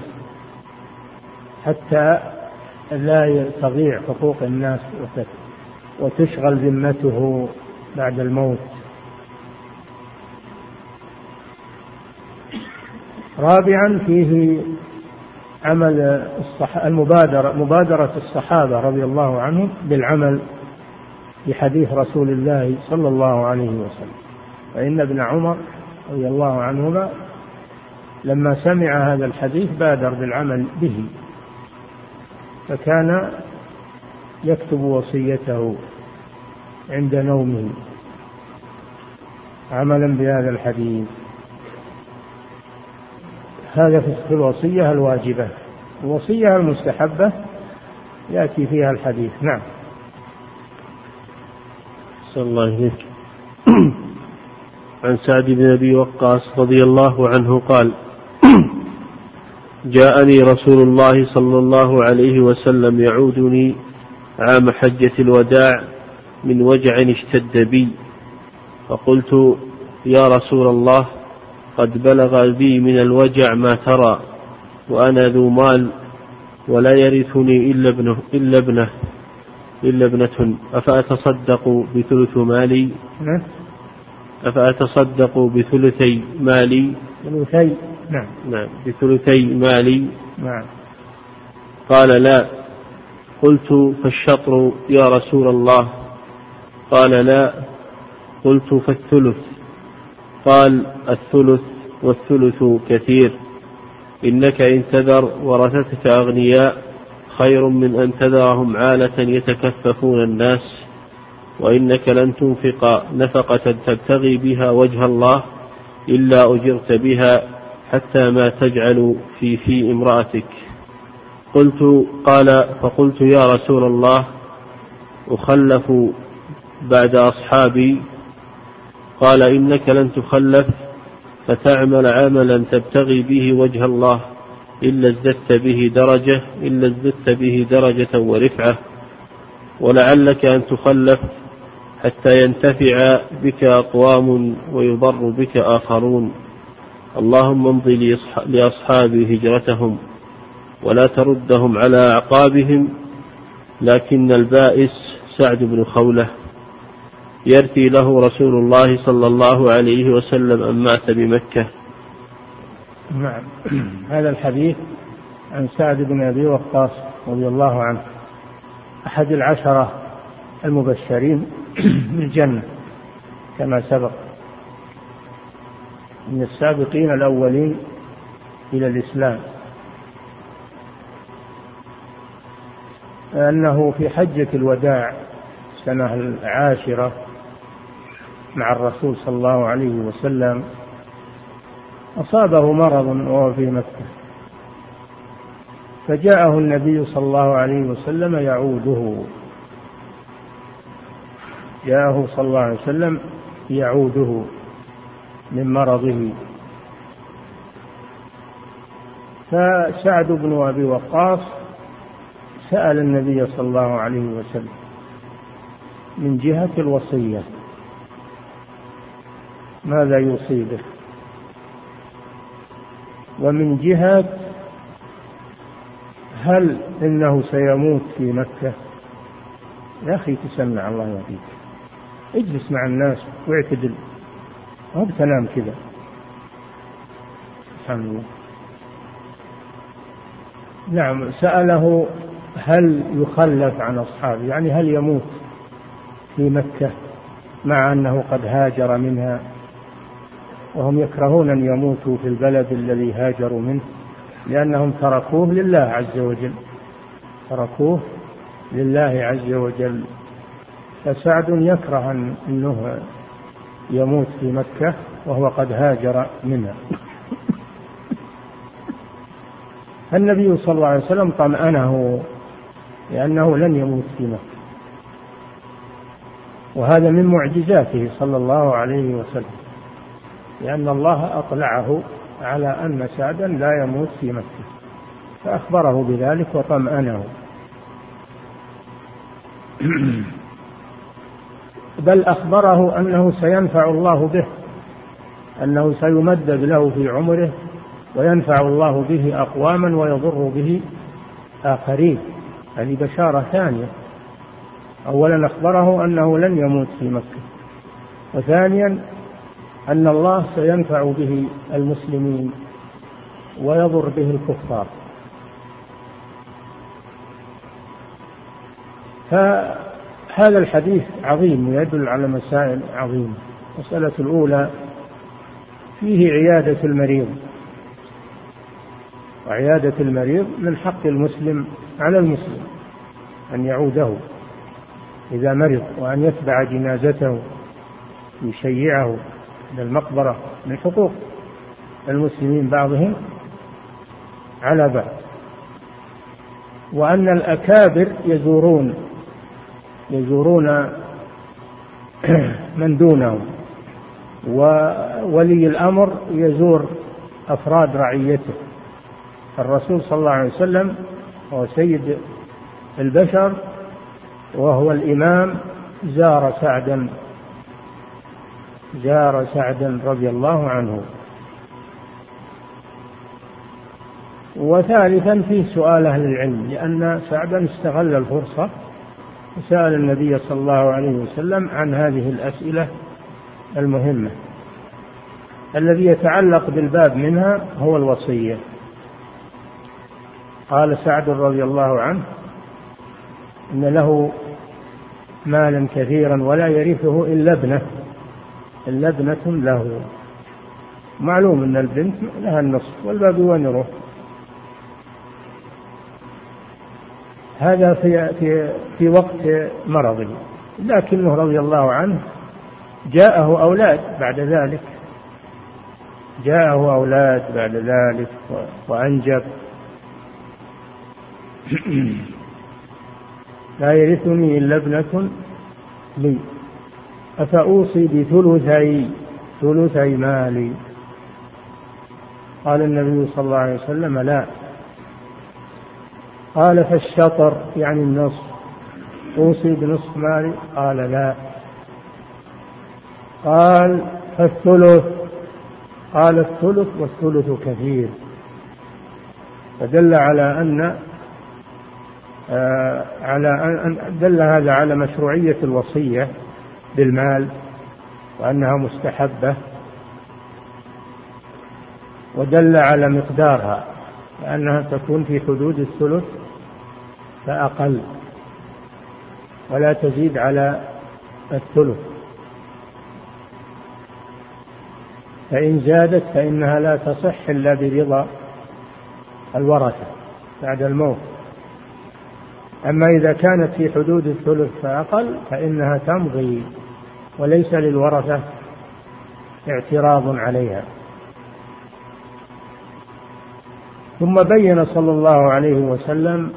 حتى لا تضيع حقوق الناس وتشغل ذمته بعد الموت. رابعا فيه عمل مبادرة الصحابة رضي الله عنهم بالعمل بحديث رسول الله صلى الله عليه وسلم. فإن ابن عمر رضي الله عنهما لما سمع هذا الحديث بادر بالعمل به، فكان يكتب وصيته عند نومه عملا بهذا الحديث. هذا في الوصية الواجبة. الوصية المستحبة يأتي فيها الحديث. نعم.
صلى الله عليه وسلم. عن سعد بن أبي وقاص رضي الله عنه قال: جاءني رسول الله صلى الله عليه وسلم يعودني عام حجة الوداع من وجع اشتد بي، فقلت: يا رسول الله، قد بلغ بي من الوجع ما ترى، وأنا ذو مال ولا يرثني إلا ابنة، أفأتصدق بثلث مالي؟ أفأتصدق بثلثي مالي؟ بثلثي مالي. قال: لا. قلت: فالشطر يا رسول الله؟ قال: لا. قلت: فالثلث؟ قال: الثلث، والثلث كثير. إنك إن تذر ورثتك أغنياء خير من أن تذرهم عالة يتكففون الناس، وإنك لن تنفق نفقة تبتغي بها وجه الله إلا أجرت بها حتى ما تجعل في امرأتك. فقلت: يا رسول الله، أخلف بعد أصحابي؟ قال: إنك لن تخلف فتعمل عملا تبتغي به وجه الله إلا ازددت به درجة ورفعة، ولعلك أن تخلف حتى ينتفع بك أقوام ويضر بك آخرون. اللهم امضي لأصحابي هجرتهم ولا تردهم على أعقابهم. لكن البائس سعد بن خولة يرثي له رسول الله صلى الله عليه وسلم أن مات بمكة.
نعم. هذا الحديث عن سعد بن أبي وقاص رضي الله عنه، أحد العشرة المبشرين بالجنة كما سبق، من السابقين الأولين إلى الإسلام، أنه في حجة الوداع السنة 10 مع الرسول صلى الله عليه وسلم أصابه مرض وهو في مكة، فجاءه النبي صلى الله عليه وسلم يعوده من مرضه، فسعد بن أبي وقاص سأل النبي صلى الله عليه وسلم من جهة الوصية ماذا يوصي به، ومن جهة هل إنه سيموت في مكة. يا أخي تسمع الله يهديك، اجلس مع الناس واعتدل، ما بتنام كذا. سبحان الله. نعم، سأله هل يخلف عن أصحابه، يعني هل يموت في مكة مع أنه قد هاجر منها، وهم يكرهون أن يموتوا في البلد الذي هاجروا منه لأنهم تركوه لله عز وجل، تركوه لله عز وجل. فسعد يكره أنه يموت في مكة وهو قد هاجر منها. النبي صلى الله عليه وسلم طمأنه لأنه لن يموت في مكة، وهذا من معجزاته صلى الله عليه وسلم، لأن الله أطلعه على أن سعدا لا يموت في مكة، فأخبره بذلك وطمأنه. بل أخبره أنه سينفع الله به، أنه سيمدد له في عمره وينفع الله به أقواما ويضر به آخرين. هذه بشارة ثانية. أولا أخبره أنه لن يموت في مكة، وثانيا أن الله سينفع به المسلمين ويضر به الكفار. فهذا الحديث عظيم ويدل على مسائل عظيمة. المسألة الأولى فيه عيادة المريض، وعيادة المريض من حق المسلم على المسلم أن يعوده إذا مرض، وأن يتبع جنازته يشيعه إلى المقبرة، من حقوق المسلمين بعضهم على بعض. وأن الأكابر يزورون من دونهم، وولي الأمر يزور أفراد رعيته. الرسول صلى الله عليه وسلم هو سيد البشر وهو الإمام، زار سعدا رضي الله عنه. وثالثا فيه سؤال أهل العلم، لأن سعدا استغل الفرصة وسأل النبي صلى الله عليه وسلم عن هذه الأسئلة المهمة. الذي يتعلق بالباب منها هو الوصية. قال سعد رضي الله عنه إن له مالا كثيرا ولا يرثه إلا ابنة له. معلوم أن البنت لها النصف والباقي وين يروح. هذا في وقت مرضه، لكنه رضي الله عنه جاءه أولاد بعد ذلك وأنجب. لا يرثني إلا ابنة لي أفأوصي بثلثي مالي. قال النبي صلى الله عليه وسلم لا. قال فالشطر يعني النصف، أوصي بنصف مالي؟ قال لا. قال فالثلث؟ قال الثلث والثلث كثير. فدل على أن دل هذا على مشروعية الوصية بالمال وأنها مستحبة، ودل على مقدارها لأنها تكون في حدود الثلث فأقل، ولا تزيد على الثلث، فإن زادت فإنها لا تصح إلا برضا الورثة بعد الموت. أما إذا كانت في حدود الثلث فأقل فإنها تمضي وليس للورثة اعتراض عليها. ثم بين صلى الله عليه وسلم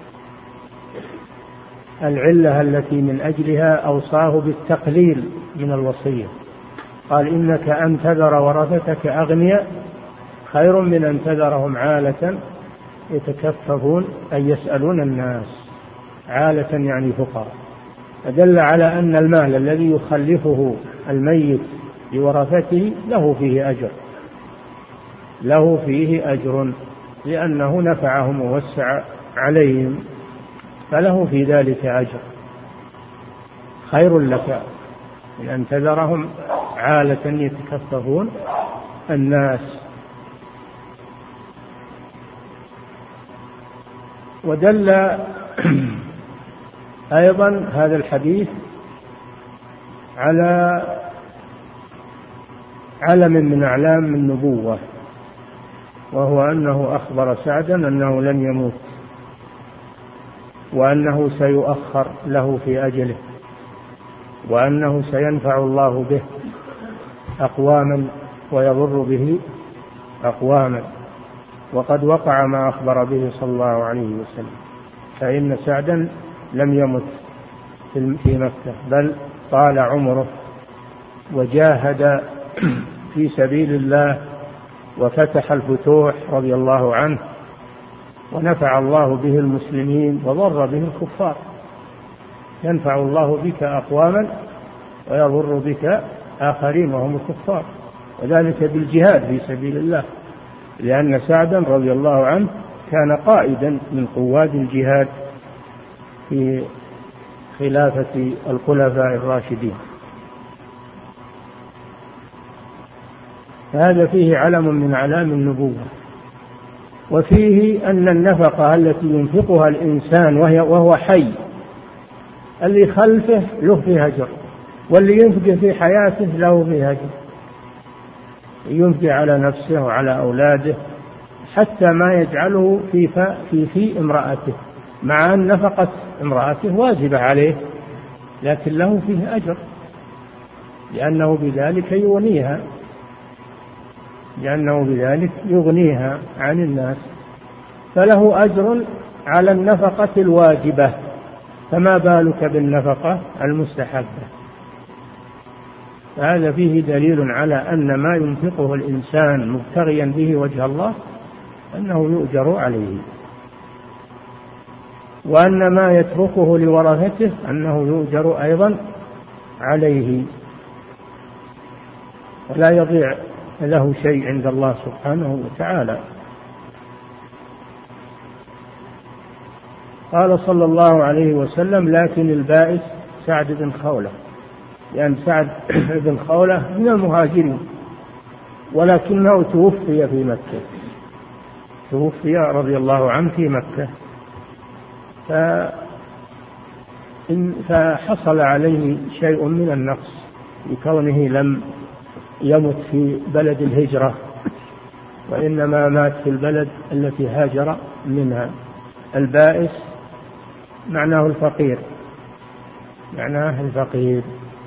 العلة التي من أجلها أوصاه بالتقليل من الوصية. قال إنك أن تذر ورثتك أغنياء خير من أن تذرهم عالة يتكففون أي يسألون الناس، عالة يعني فقراء. فدل على أن المال الذي يخلفه الميت لورثته له فيه أجر، له فيه أجر، لأنه نفعهم ووسع عليهم، فله في ذلك أجر. خير لك من أن تذرهم عالة يتكففون الناس. ودل أيضا هذا الحديث على علم من أعلام النبوة، وهو أنه أخبر سعدا أنه لن يموت، وأنه سيؤخر له في أجله، وأنه سينفع الله به أقواما ويضر به أقواما. وقد وقع ما أخبر به صلى الله عليه وسلم، فإن سعدا لم يمت في مكة، بل طال عمره وجاهد في سبيل الله وفتح الفتوح رضي الله عنه، ونفع الله به المسلمين وضر به الكفار. ينفع الله بك أقواما ويضر بك آخرين وهم الكفار، وذلك بالجهاد في سبيل الله، لأن سعدا رضي الله عنه كان قائدا من قواد الجهاد في خلافة الخلفاء الراشدين. هذا فيه علم من أعلام النبوة. وفيه أن النفقة التي ينفقها الإنسان وهو حي، اللي خلفه له فيه أجر، واللي ينفق في حياته له فيه أجر. ينفق على نفسه وعلى أولاده، حتى ما يجعله في امرأته، مع أن نفقة امرأته واجبة عليه، لكن له فيه أجر، لأنه بذلك يغنيها عن الناس، فله أجر على النفقة الواجبة، فما بالك بالنفقة المستحبة. فهذا فيه دليل على أن ما ينفقه الإنسان مبتغيا به وجه الله أنه يؤجر عليه، وأن ما يتركه لورثته أنه يؤجر أيضا عليه، ولا يضيع له شيء عند الله سبحانه وتعالى. قال صلى الله عليه وسلم: لكن البائس سعد بن خولة، لأن سعد بن خولة من المهاجرين، ولكنه توفي في مكة، توفي رضي الله عنه في مكة، فحصل عليه شيء من النقص لكونه لم يمت في بلد الهجرة، وإنما مات في البلد التي هاجر منها. البائس معناه الفقير،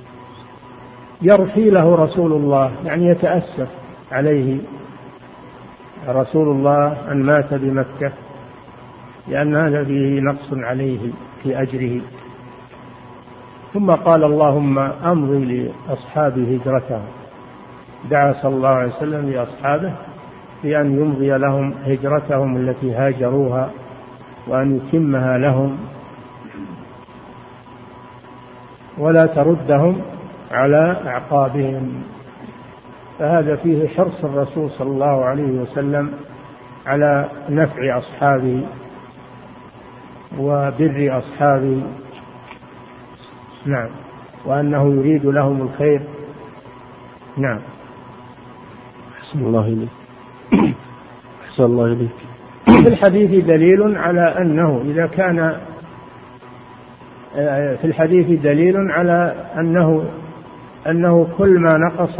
يرثي له رسول الله، يعني يتأسف عليه رسول الله أن مات بمكة، لأن هذا فيه نقص عليه في أجره. ثم قال: اللهم أمضي لأصحاب هجرتهم. دعا صلى الله عليه وسلم لأصحابه بأن يمضي لهم هجرتهم التي هاجروها، وأن يتمها لهم ولا تردهم على أعقابهم. فهذا فيه حرص الرسول صلى الله عليه وسلم على نفع أصحابه وبر أصحابه، نعم، وأنه يريد لهم الخير. نعم.
أحسن الله إليك. أحسن الله إليك.
في الحديث دليل على أنه إذا كان في الحديث دليل على أنه كل ما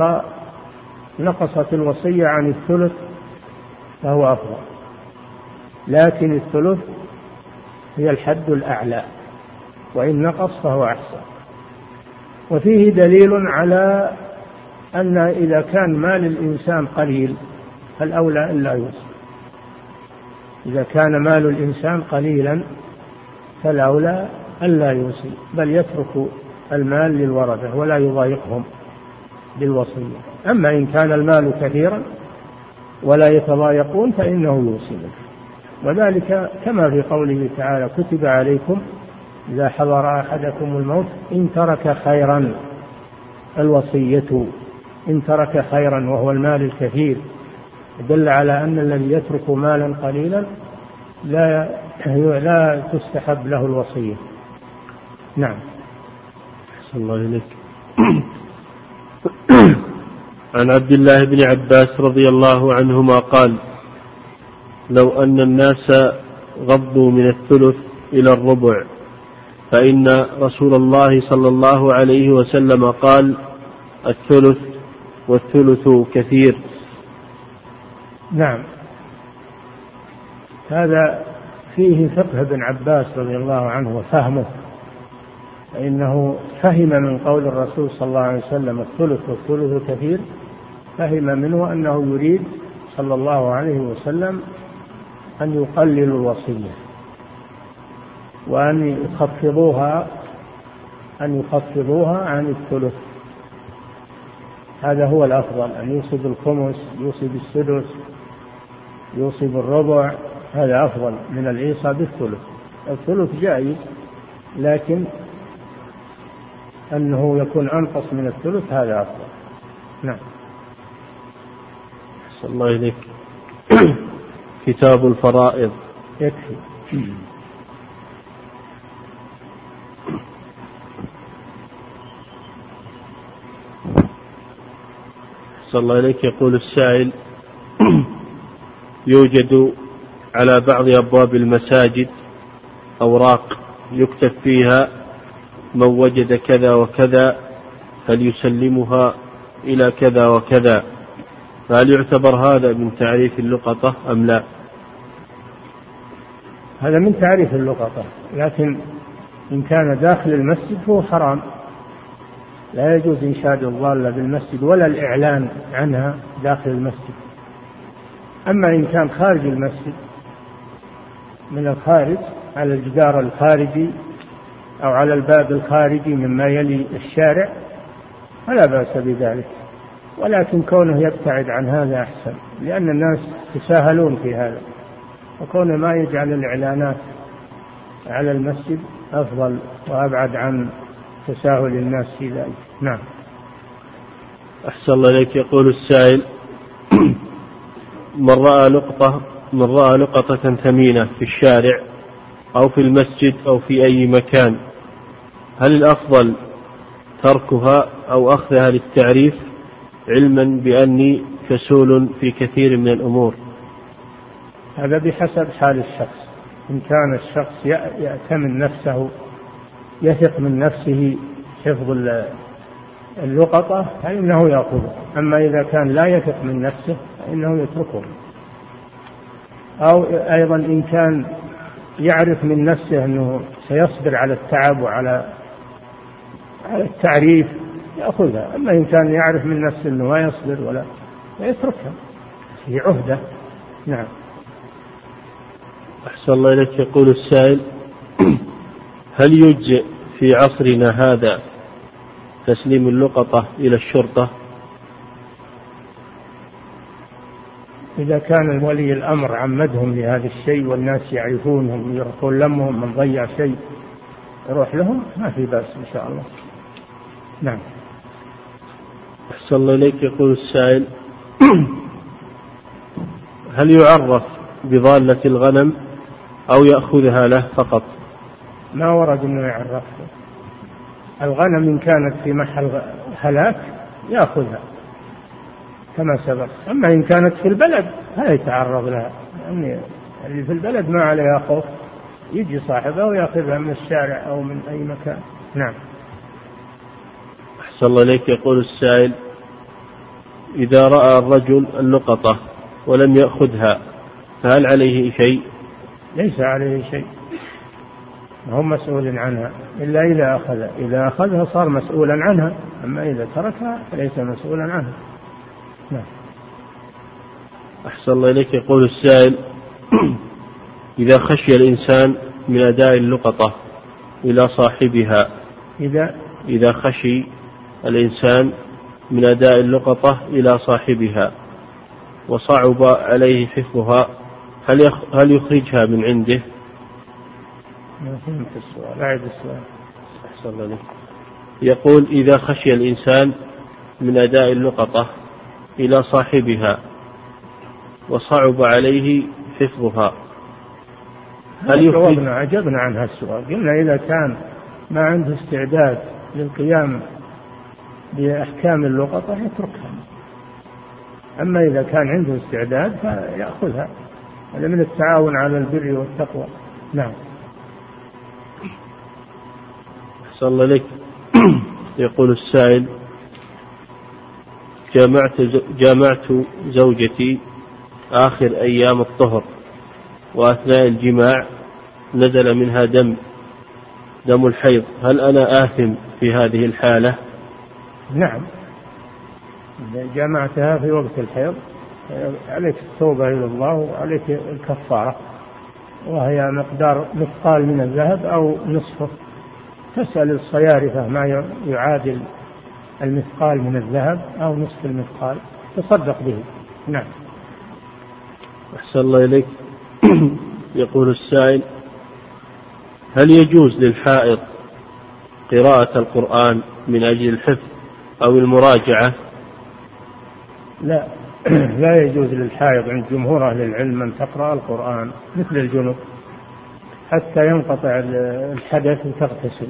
نقصت الوصية عن الثلث فهو أفضل، لكن الثلث هي الحد الأعلى، وإن نقص فهو أحسن. وفيه دليل على أن إذا كان مال الإنسان قليل فالأولى ألا يوصي. إذا كان مال الإنسان قليلا فالأولى ألا يوصي، بل يترك المال للورثة ولا يضايقهم بالوصية. أما إن كان المال كثيرا ولا يتضايقون فإنه يوصي. وذلك كما في قوله تعالى: كتب عليكم إذا حضر أحدكم الموت إن ترك خيرا الوصية، إن ترك خيرا وهو المال الكثير، دل على أن الذي يترك مالا قليلا لا تستحب له الوصية. نعم.
أحسن الله إليك. عن عبد الله بن عباس رضي الله عنهما قال: لو أن الناس غضوا من الثلث إلى الربع، فإن رسول الله صلى الله عليه وسلم قال: الثلث والثلث كثير.
نعم. هذا فيه فقه ابن عباس رضي الله عنه وفهمه، فإنه فهم من قول الرسول صلى الله عليه وسلم الثلث والثلث كثير، فهم منه أنه يريد صلى الله عليه وسلم أن يقللوا الوصية وأن يخفضوها عن الثلث. هذا هو الأفضل، أن يوصي بالخمس، يوصي بالسدس، يوصي بالربع، هذا أفضل من الإيصاء بالثلث. الثلث جائز، لكن أنه يكون أنقص من الثلث هذا أفضل. نعم.
أحسن الله إليك. كتاب الفرائض.
يكفي.
أحسن الله إليك. يقول السائل: يوجد على بعض أبواب المساجد أوراق يكتب فيها من وجد كذا وكذا فليسلمها إلى كذا وكذا، فهل يعتبر هذا من تعريف اللقطة أم لا؟
هذا من تعريف اللقطة، لكن إن كان داخل المسجد فهو حرام، لا يجوز إنشاد الضالة بالمسجد ولا الإعلان عنها داخل المسجد. أما إن كان خارج المسجد من الخارج على الجدار الخارجي أو على الباب الخارجي مما يلي الشارع فلا بأس بذلك، ولكن كونه يبتعد عن هذا أحسن، لأن الناس يتساهلون في هذا، وكونه ما يجعل الإعلانات على المسجد أفضل وأبعد عن تساهل الناس في ذلك. نعم.
أحسن الله إليك. يقول السائل: من رأى لقطة ثمينة في الشارع أو في المسجد أو في أي مكان، هل الأفضل تركها أو أخذها للتعريف، علما بأني كسول في كثير من الأمور؟
هذا بحسب حال الشخص. إن كان الشخص يأتمن نفسه، يثق من نفسه حفظ اللقطة، فإنه يأخذها. أما إذا كان لا يثق من نفسه فإنه يتركه. أو أيضا إن كان يعرف من نفسه أنه سيصبر على التعب وعلى التعريف يأخذها. أما إن كان يعرف من نفسه أنه ما يصبر ولا يتركها في عهدة. نعم.
أحسن الله إليك. يقول السائل: هل يجزئ في عصرنا هذا تسليم اللقطة إلى الشرطة؟
إذا كان ولي الأمر عمدهم لهذا الشيء والناس يعرفونهم يروحون لمهم، من ضيع شيء يروح لهم، ما في بأس إن شاء الله. نعم.
أحسن الله إليك. يقول السائل: هل يعرف بضالة الغنم أو يأخذها له فقط؟
ما ورد أنه يعرف. الغنم إن كانت في محل هلاك يأخذها كما سبق. أما إن كانت في البلد لا يتعرض لها، يعني اللي في البلد ما عليها خوف، يجي صاحبها ويأخذها من الشارع أو من أي مكان. نعم.
أحسن الله إليك. يقول السائل: إذا رأى الرجل اللقطة ولم يأخذها فهل عليه شيء؟
ليس عليه شيء، هو مسؤول عنها إلا إذا أخذها. إذا أخذها صار مسؤولا عنها، أما إذا تركها فليس مسؤولا عنها. نعم.
أحسن الله إليك. يقول السائل: إذا خشي الإنسان من أداء اللقطة إلى صاحبها، إذا خشي الإنسان من أداء اللقطة إلى صاحبها، وصعب عليه حفظها هل يخرجها من عنده؟
ما فهمت السؤال، أعد السؤال.
أحسن الله. يقول إذا خشي الإنسان من أداء اللقطة إلى صاحبها وصعب عليه حفظها هل يخرج؟
أجبنا عن هذا السؤال، قلنا إذا كان ما عنده استعداد للقيام بأحكام اللقطة يتركها، أما إذا كان عنده استعداد فيأخذها، هذا من التعاون على البر والتقوى. نعم.
أحسن الله لك. يقول السائل: جامعت زوجتي آخر أيام الطهر، وأثناء الجماع نزل منها دم الحيض، هل أنا آثم في هذه الحالة؟
نعم، إذا جامعتها في وقت الحيض عليك التوبة إلى الله وعليك الكفارة، وهي مثقال من الذهب أو نصفه. تسأل الصيارفة ما يعادل المثقال من الذهب أو نصف المثقال تصدق به. نعم.
أحسن الله إليك. يقول السائل: هل يجوز للحائض قراءة القرآن من أجل الحفظ أو المراجعة؟
لا، لا يجوز للحائض عند جمهور أهل العلم أن تقرأ القرآن مثل الجنوب حتى ينقطع الحدث وتغتسل.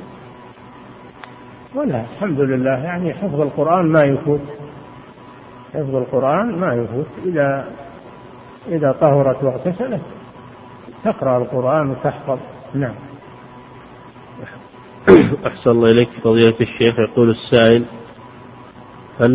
ولا الحمد لله، يعني حفظ القرآن ما يفوت، حفظ القرآن ما يفوت. إذا طهرت واغتسلت تقرأ القرآن وتحفظ. نعم.
أحسن الله إليك فضيلة الشيخ. يقول السائل: هل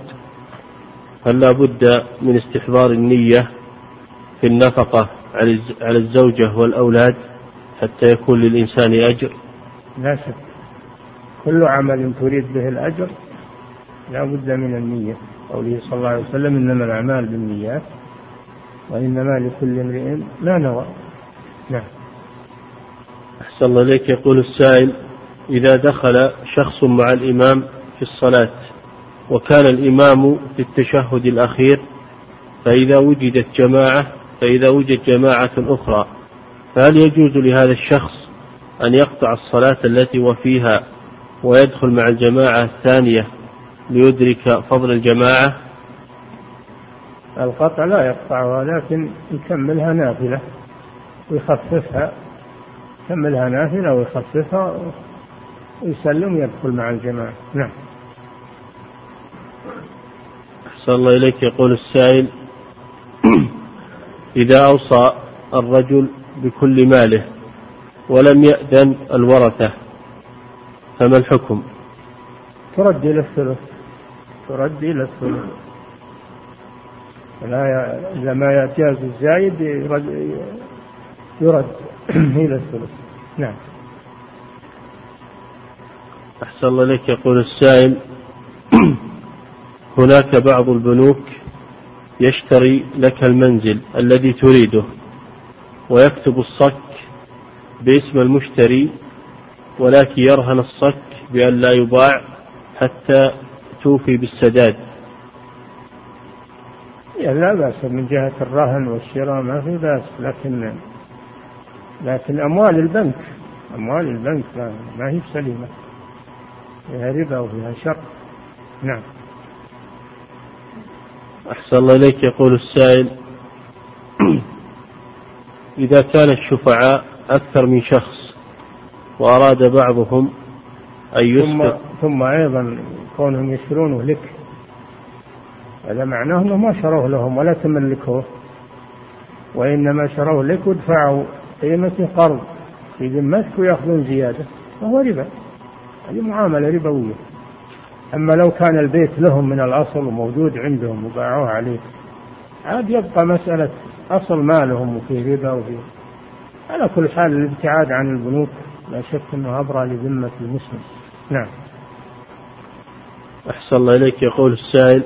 لا بد من استحضار النية في النفقة على الزوجة والأولاد حتى يكون للإنسان أجر؟
لا شك، كل عمل تريد به الأجر لا بد من النية. قوله صلى الله عليه وسلم: إنما الأعمال بالنيات وإنما لكل امرئ ما نوى. نعم.
أحسن الله إليك. يقول السائل: إذا دخل شخص مع الإمام في الصلاة وكان الإمام في التشهد الأخير، فإذا وجد جماعة أخرى، فهل يجوز لهذا الشخص أن يقطع الصلاة التي وفيها ويدخل مع الجماعة الثانية ليدرك فضل الجماعة؟
القطع لا يقطعها، لكن يكملها نافلة ويخففها، يكملها نافلة ويخففها ويسلم ويدخل مع الجماعة. نعم.
أحسن الله إليك. يقول السائل: إذا أوصى الرجل بكل ماله ولم يأذن الورثة فما الحكم؟
ترد إلى الثلث. إذا ما يجاز الزايد يرد إلى الثلث. نعم.
أحسن الله إليك. يقول السائل: هناك بعض البنوك يشتري لك المنزل الذي تريده ويكتب الصك باسم المشتري، ولكن يرهن الصك بأن لا يباع حتى توفي بالسداد.
لا بأس من جهة الرهن والشراء، ما في بأس، لكن أموال البنك ما هي سليمة، فيها ربا وفيها شر. نعم.
أحسن الله إليك. يقول السائل: إذا كان الشفعاء أكثر من شخص وأراد بعضهم أن يسقط،
ثم أيضا كونهم يشترونه لك، هذا معناه أنه ما شروه لهم ولا تملكوه، وإنما شروه لك ودفعوا قيمة قرض في ذمتك ويأخذون زيادة، وهو ربا، هذه معاملة ربوية. أما لو كان البيت لهم من الأصل وموجود عندهم وباعوه عليك، عاد يبقى مسألة أصل مالهم وفي ربا وفي. على كل حال الابتعاد عن البنوك لا شك أنه أبرى لذمة المسلم. نعم.
أحسن الله إليك. يقول السائل: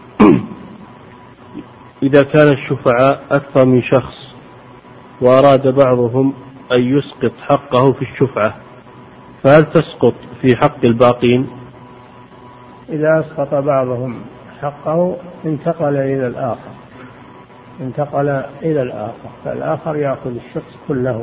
إذا كان الشفعاء أكثر من شخص وأراد بعضهم أن يسقط حقه في الشفعة، فهل تسقط في حق الباقين؟
إذا أسقط بعضهم حقه انتقل إلى الآخر، انتقل إلى الآخر، فالآخر يأخذ الشخص كله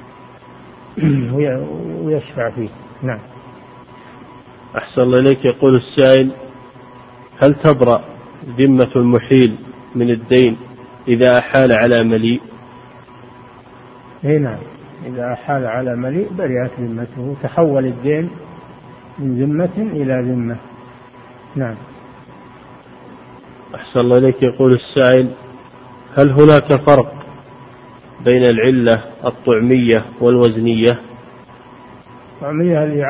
ويشفع فيه. نعم.
أحسن الله إليك. يقول السائل: هل تبرأ ذمة المحيل من الدين إذا أحال على مليء؟
نعم، إذا أحال على مليء برئت ذمته، تحول الدين من ذمة إلى ذمة. نعم.
أحسن الله إليك. يقول السائل: هل هناك فرق بين العلة الطعمية والوزنية؟
الطعمية اللي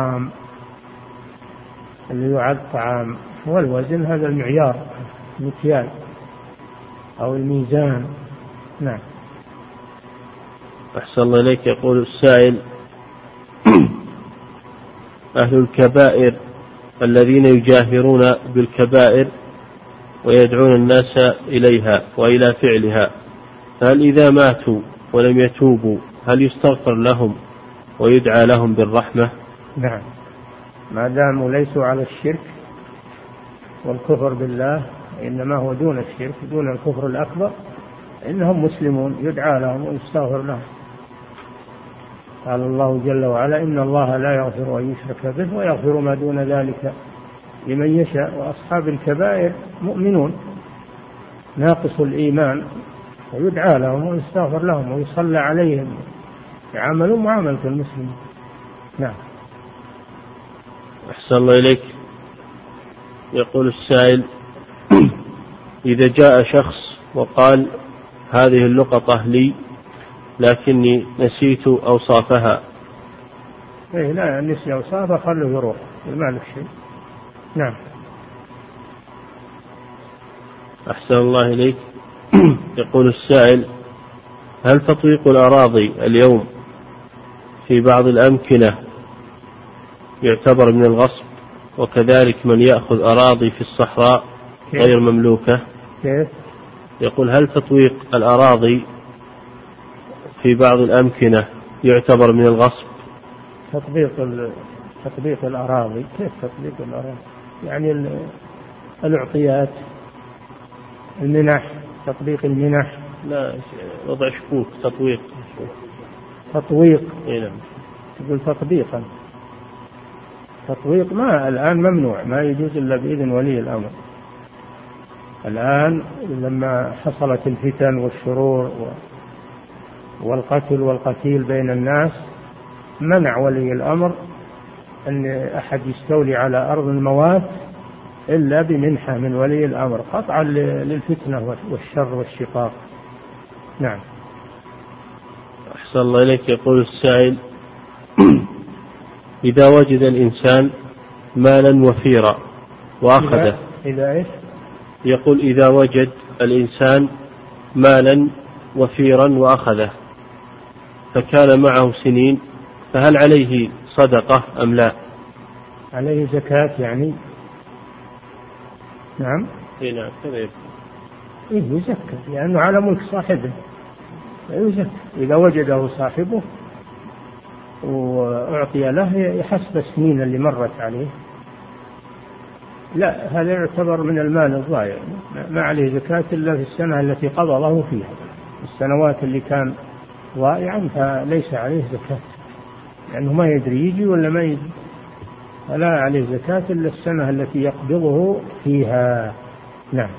يعد طعام، والوزن هذا المعيار، المكيال أو الميزان. نعم.
أحسن الله إليك. يقول السائل: أهل الكبائر الذين يجاهرون بالكبائر ويدعون الناس إليها وإلى فعلها، هل إذا ماتوا ولم يتوبوا هل يستغفر لهم ويدعى لهم بالرحمة؟
نعم، ما داموا ليسوا على الشرك والكفر بالله، إنما هو دون الشرك دون الكفر الأكبر، إنهم مسلمون، يدعى لهم ويستغفر لهم. قال الله جل وعلا: إن الله لا يغفر أن يشرك به ويغفر ما دون ذلك لمن يشاء. وأصحاب الكبائر مؤمنون ناقص الإيمان، ويدعى لهم ويستغفر لهم ويصلى عليهم، يعاملون معاملة المسلمين. نعم.
أحسن الله إليك. يقول السائل: إذا جاء شخص وقال هذه اللقطة لي لكني نسيت أوصافها.
لا، نسي أوصافها خلوا يروح، ما له شيء. نعم.
أحسن الله إليك. يقول السائل: هل تطويق الأراضي اليوم في بعض الأمكنة يعتبر من الغصب، وكذلك من يأخذ أراضي في الصحراء غير مملوكة؟
كيف؟
يقول: هل تطويق الأراضي في بعض الأمكنة يعتبر من الغصب؟
تطبيق الأراضي، كيف تطبيق الأراضي؟ يعني الأعطيات، المنح، تطبيق المنح.
لا، وضع شكوك.
تطويق.
نعم.
تقول تطبيقا. تطويق ما الآن ممنوع، ما يجوز إلا بإذن ولي الأمر. الآن لما حصلت الفتن والشرور والقتل والقتيل بين الناس، منع ولي الأمر أن أحد يستولي على أرض الموات إلا بمنحة من ولي الأمر، قطعا للفتنة والشر والشقاق. نعم.
أحسن الله إليك. يقول السائل: إذا وجد الإنسان مالا وفيرا وأخذه.
إذا إيش؟
يقول: إذا وجد الإنسان مالا وفيرا وأخذه فكان معه سنين، فهل عليه صدقة أم لا؟
عليه زكاة يعني. نعم.
نعم، كذا
يزكى لأنه على ملك صاحبه، يزكى إذا وجده صاحبه وأعطي له يحسب السنين اللي مرت عليه. لا، هذا يعتبر من المال الضائع، ما عليه زكاة إلا في السنة التي قبضه فيها. السنوات اللي كان ضائعا فليس عليه زكاة، لأنه ما يدري يجي ولا ما يجي، فلا عليه زكاة إلا السنة التي يقبضه فيها. نعم.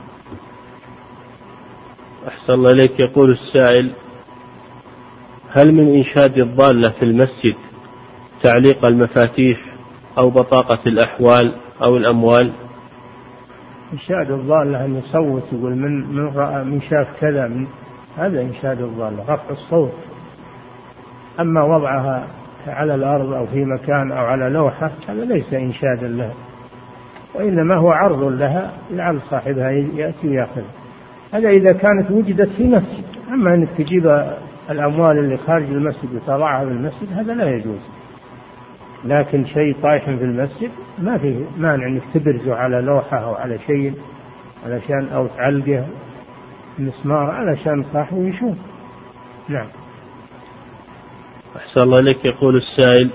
أحسن الله إليك. يقول السائل: هل من إنشاد الضالة في المسجد تعليق المفاتيح أو بطاقة الأحوال أو الأموال؟
إنشاد الضالة أن يصوت يقول من رأى من شاف كذا، هذا إنشاد الضالة، رفع الصوت. أما وضعها على الأرض أو في مكان أو على لوحة هذا ليس إنشادا لها، وإنما هو عرض لها لعل صاحبها يأتي ويأخذ. هذا إذا كانت وجدت في مسجد. أما أنك تجيب الأموال اللي خارج المسجد وتضعها في المسجد هذا لا يجوز. لكن شيء طايح في المسجد ما فيه مانع أنك تبرزه على لوحة أو على شيء علشان، أو تعلقه مسمار علشان صاحبه يشوف. نعم.
أحسن الله إليك. يقول السائل: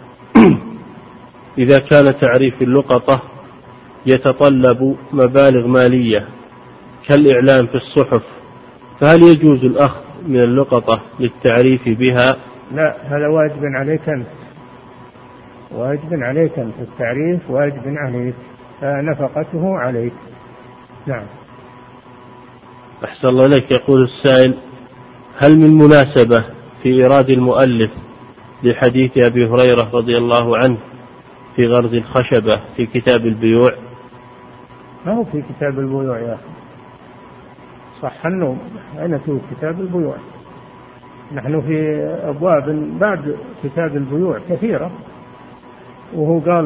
إذا كان تعريف اللقطة يتطلب مبالغ مالية كالإعلان في الصحف فهل يجوز الأخذ من اللقطة للتعريف بها؟
لا، هذا واجب عليك أنت، واجب عليك أنت، التعريف واجب عليك، فنفقته عليك. نعم.
أحسن الله إليك. يقول السائل: هل من مناسبة في إيراد المؤلف لحديث أبي هريرة رضي الله عنه في غرز الخشبة في كتاب البيوع؟
ما هو في كتاب البيوع يا أخي، صح النوم، أين في كتاب البيوع؟ نحن في أبواب بعد كتاب البيوع كثيرة، وهو قال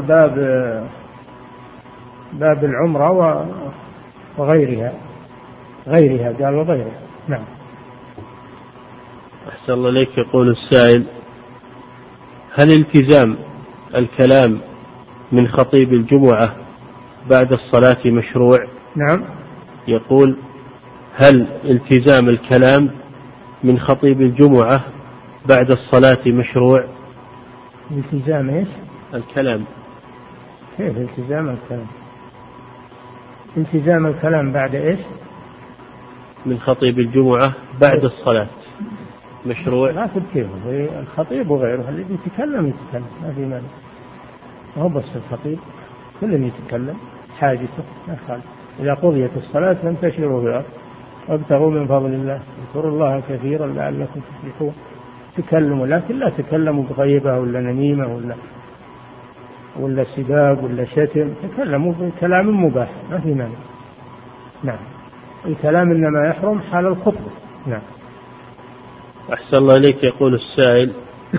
باب العمرة وغيرها، قال وغيرها. نعم.
أحسن الله إليك. يقول السائل: هل التزام الكلام من خطيب الجمعة بعد الصلاة مشروع؟
نعم.
يقول: هل التزام الكلام من خطيب الجمعة بعد الصلاة مشروع؟
التزام ايش؟
الكلام.
كيف التزام الكلام؟ التزام الكلام بعد ايش؟ من
خطيب الجمعة بعد الصلاة مشروع.
لا كيف الخطيب وغيره الذي يتكلم ما في مانع، ما هو بس الخطيب، كل يتكلم حاجته ما خالف. إذا قضيت الصلاة فانتشروا في الأرض وابتغوا من فضل الله واذكروا الله كثيرا لعلكم تفلحون. تكلموا، لكن لا تكلموا بغيبة ولا نميمة ولا سباب ولا شتم، تكلموا بكلام مباح ما في مانع. نعم. الكلام إنما يحرم حال الخطبة. نعم.
أحسن الله إليك. يقول السائل: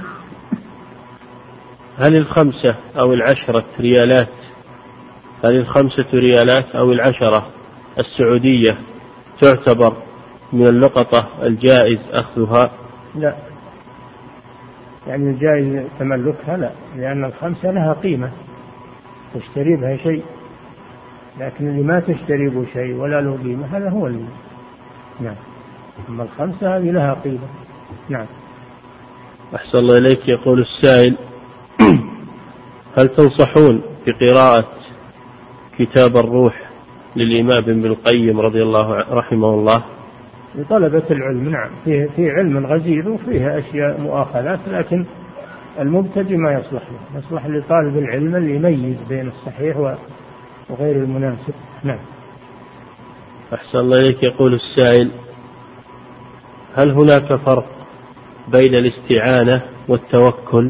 هل 5 أو 10 ريالات، هل 5 ريالات أو 10 السعودية تعتبر من اللقطة الجائز أخذها؟
لا، يعني الجائز تملكها لا، لأن 5 لها قيمة تشتري بها شيء، لكن اللي ما تشتري به شيء ولا له قيمة هذا هو اللي. نعم. أما 5 هذه لها قيمة. نعم.
أحسن الله إليك. يقول السائل: هل تنصحون بقراءة كتاب الروح للإمام ابن القيم رضي الله رحمه الله؟
لطلبة العلم. نعم. فيه علم غزير وفيه أشياء مؤاخذات، لكن المبتدئ ما يصلح له، يصلح لطالب العلم اللي يميز بين الصحيح وغير المناسب. نعم.
أحسن الله إليك. يقول السائل: هل هناك فرق بين الاستعانة والتوكل؟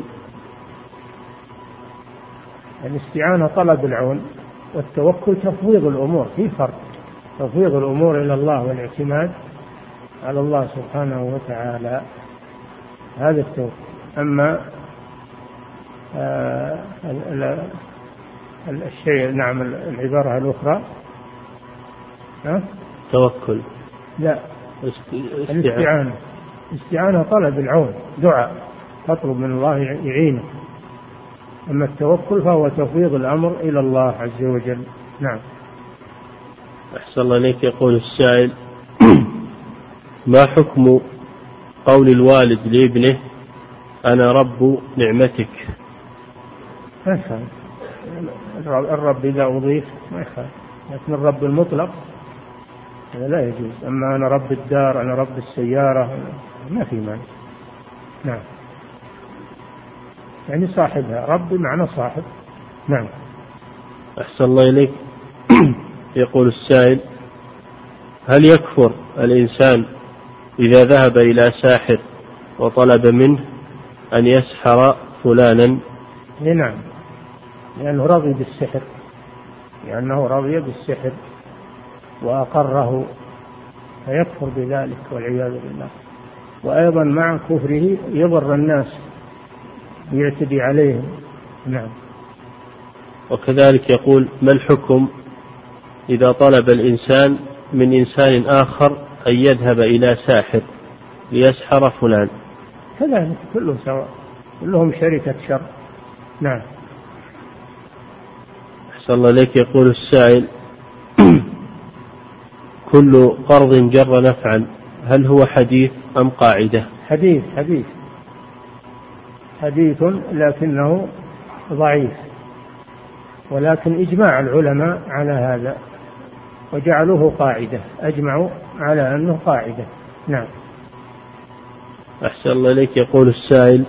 الاستعانة طلب العون، والتوكل تفويض الأمور. في فرق، تفويض الأمور إلى الله والاعتماد على الله سبحانه وتعالى، هذا التوكل. أما الشيء، نعم، العبارة الأخرى
توكل.
لا، الاستعانة طلب العون، دعاء، تطلب من الله يعينك. أما التوكل فهو تفويض الأمر إلى الله عز وجل. نعم.
أحسن الله إليك. يقول السائل: ما حكم قول الوالد لابنه: أنا رب نعمتك؟
ما يخالف، الرب إذا أضيف ما يخالف، لكن الرب المطلق هذا لا يجوز. أما أنا رب الدار، أنا رب السيارة، ما في مانع. نعم. يعني صاحبها، رب معنى صاحب. نعم.
أحسن الله إليك. يقول السائل: هل يكفر الإنسان إذا ذهب إلى ساحر وطلب منه أن يسحر فلانا؟
نعم، لأنه رضي بالسحر، لأنه رضي بالسحر وأقره، فيكفر بذلك والعياذ بالله. وأيضا مع كفره يضر الناس، يعتدي عليهم. نعم.
وكذلك يقول: ما الحكم إذا طلب الإنسان من إنسان آخر أن يذهب إلى ساحر ليسحر فلان؟
كذلك كله سواء، كلهم شركة شر. نعم.
أحسن الله إليك. يقول السائل: كل قرض جر نفعا، هل هو حديث أم قاعدة؟
حديث لكنه ضعيف، ولكن إجماع العلماء على هذا وجعلوه قاعدة، أجمعوا على أنه قاعدة. نعم.
أحسن الله إليك. يقول السائل: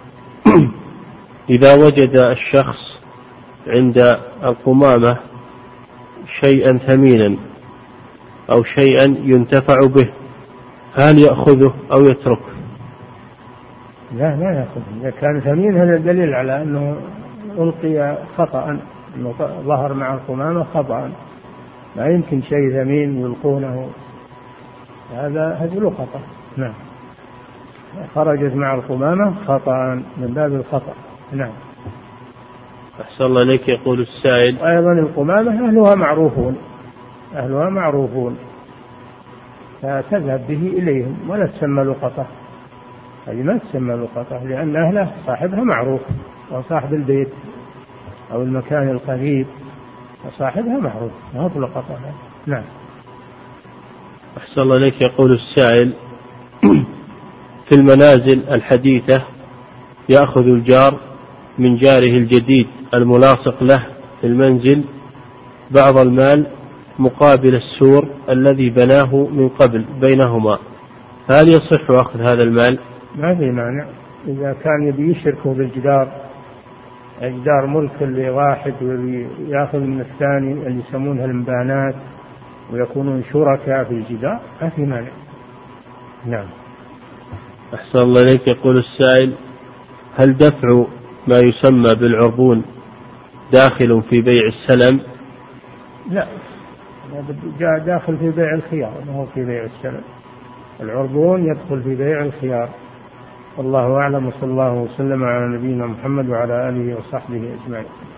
إذا وجد الشخص عند القمامة شيئا ثمينا أو شيئا ينتفع به، هل يأخذه أو يتركه؟
لا يأخذه. إذا كان ثمين هذا دليل على أنه ألقي خطأ، أنه ظهر مع القمامة خطأ. لا يمكن شيء ثمين يلقونه، هذا لقطة. نعم. خرجت مع القمامة خطأ من باب الخطأ. نعم.
أحسن الله إليك. يقول السائل:
أيضا القمامة أهلها معروفون فتذهب به إليهم ولا تسمى لقطة. هذه ما تسمى لقطة، لأن أهله صاحبها معروف، وصاحب البيت أو المكان القريب وصاحبها معروف، ما هو لقطة. نعم.
أحسن الله إليك. يقول السائل: في المنازل الحديثة يأخذ الجار من جاره الجديد الملاصق له في المنزل بعض المال مقابل السور الذي بناه من قبل بينهما، هل يصح أخذ هذا المال؟
ما في مانع إذا كان يبي يشركه بالجدار، جدار ملك لواحد ويأخذ من الثاني اللي يسمونها المبانات ويكونون شركاء في الجدار، ما في مانع. نعم.
أحسن الله إليك. يقول السائل: هل دفع ما يسمى بالعربون داخل في بيع السلم؟
لا، جاء داخل في بيع الخيار، ما هو في بيع السلم. العربون يدخل في بيع الخيار. والله أعلم، وصلى الله وسلم على نبينا محمد وعلى آله وصحبه أجمعين.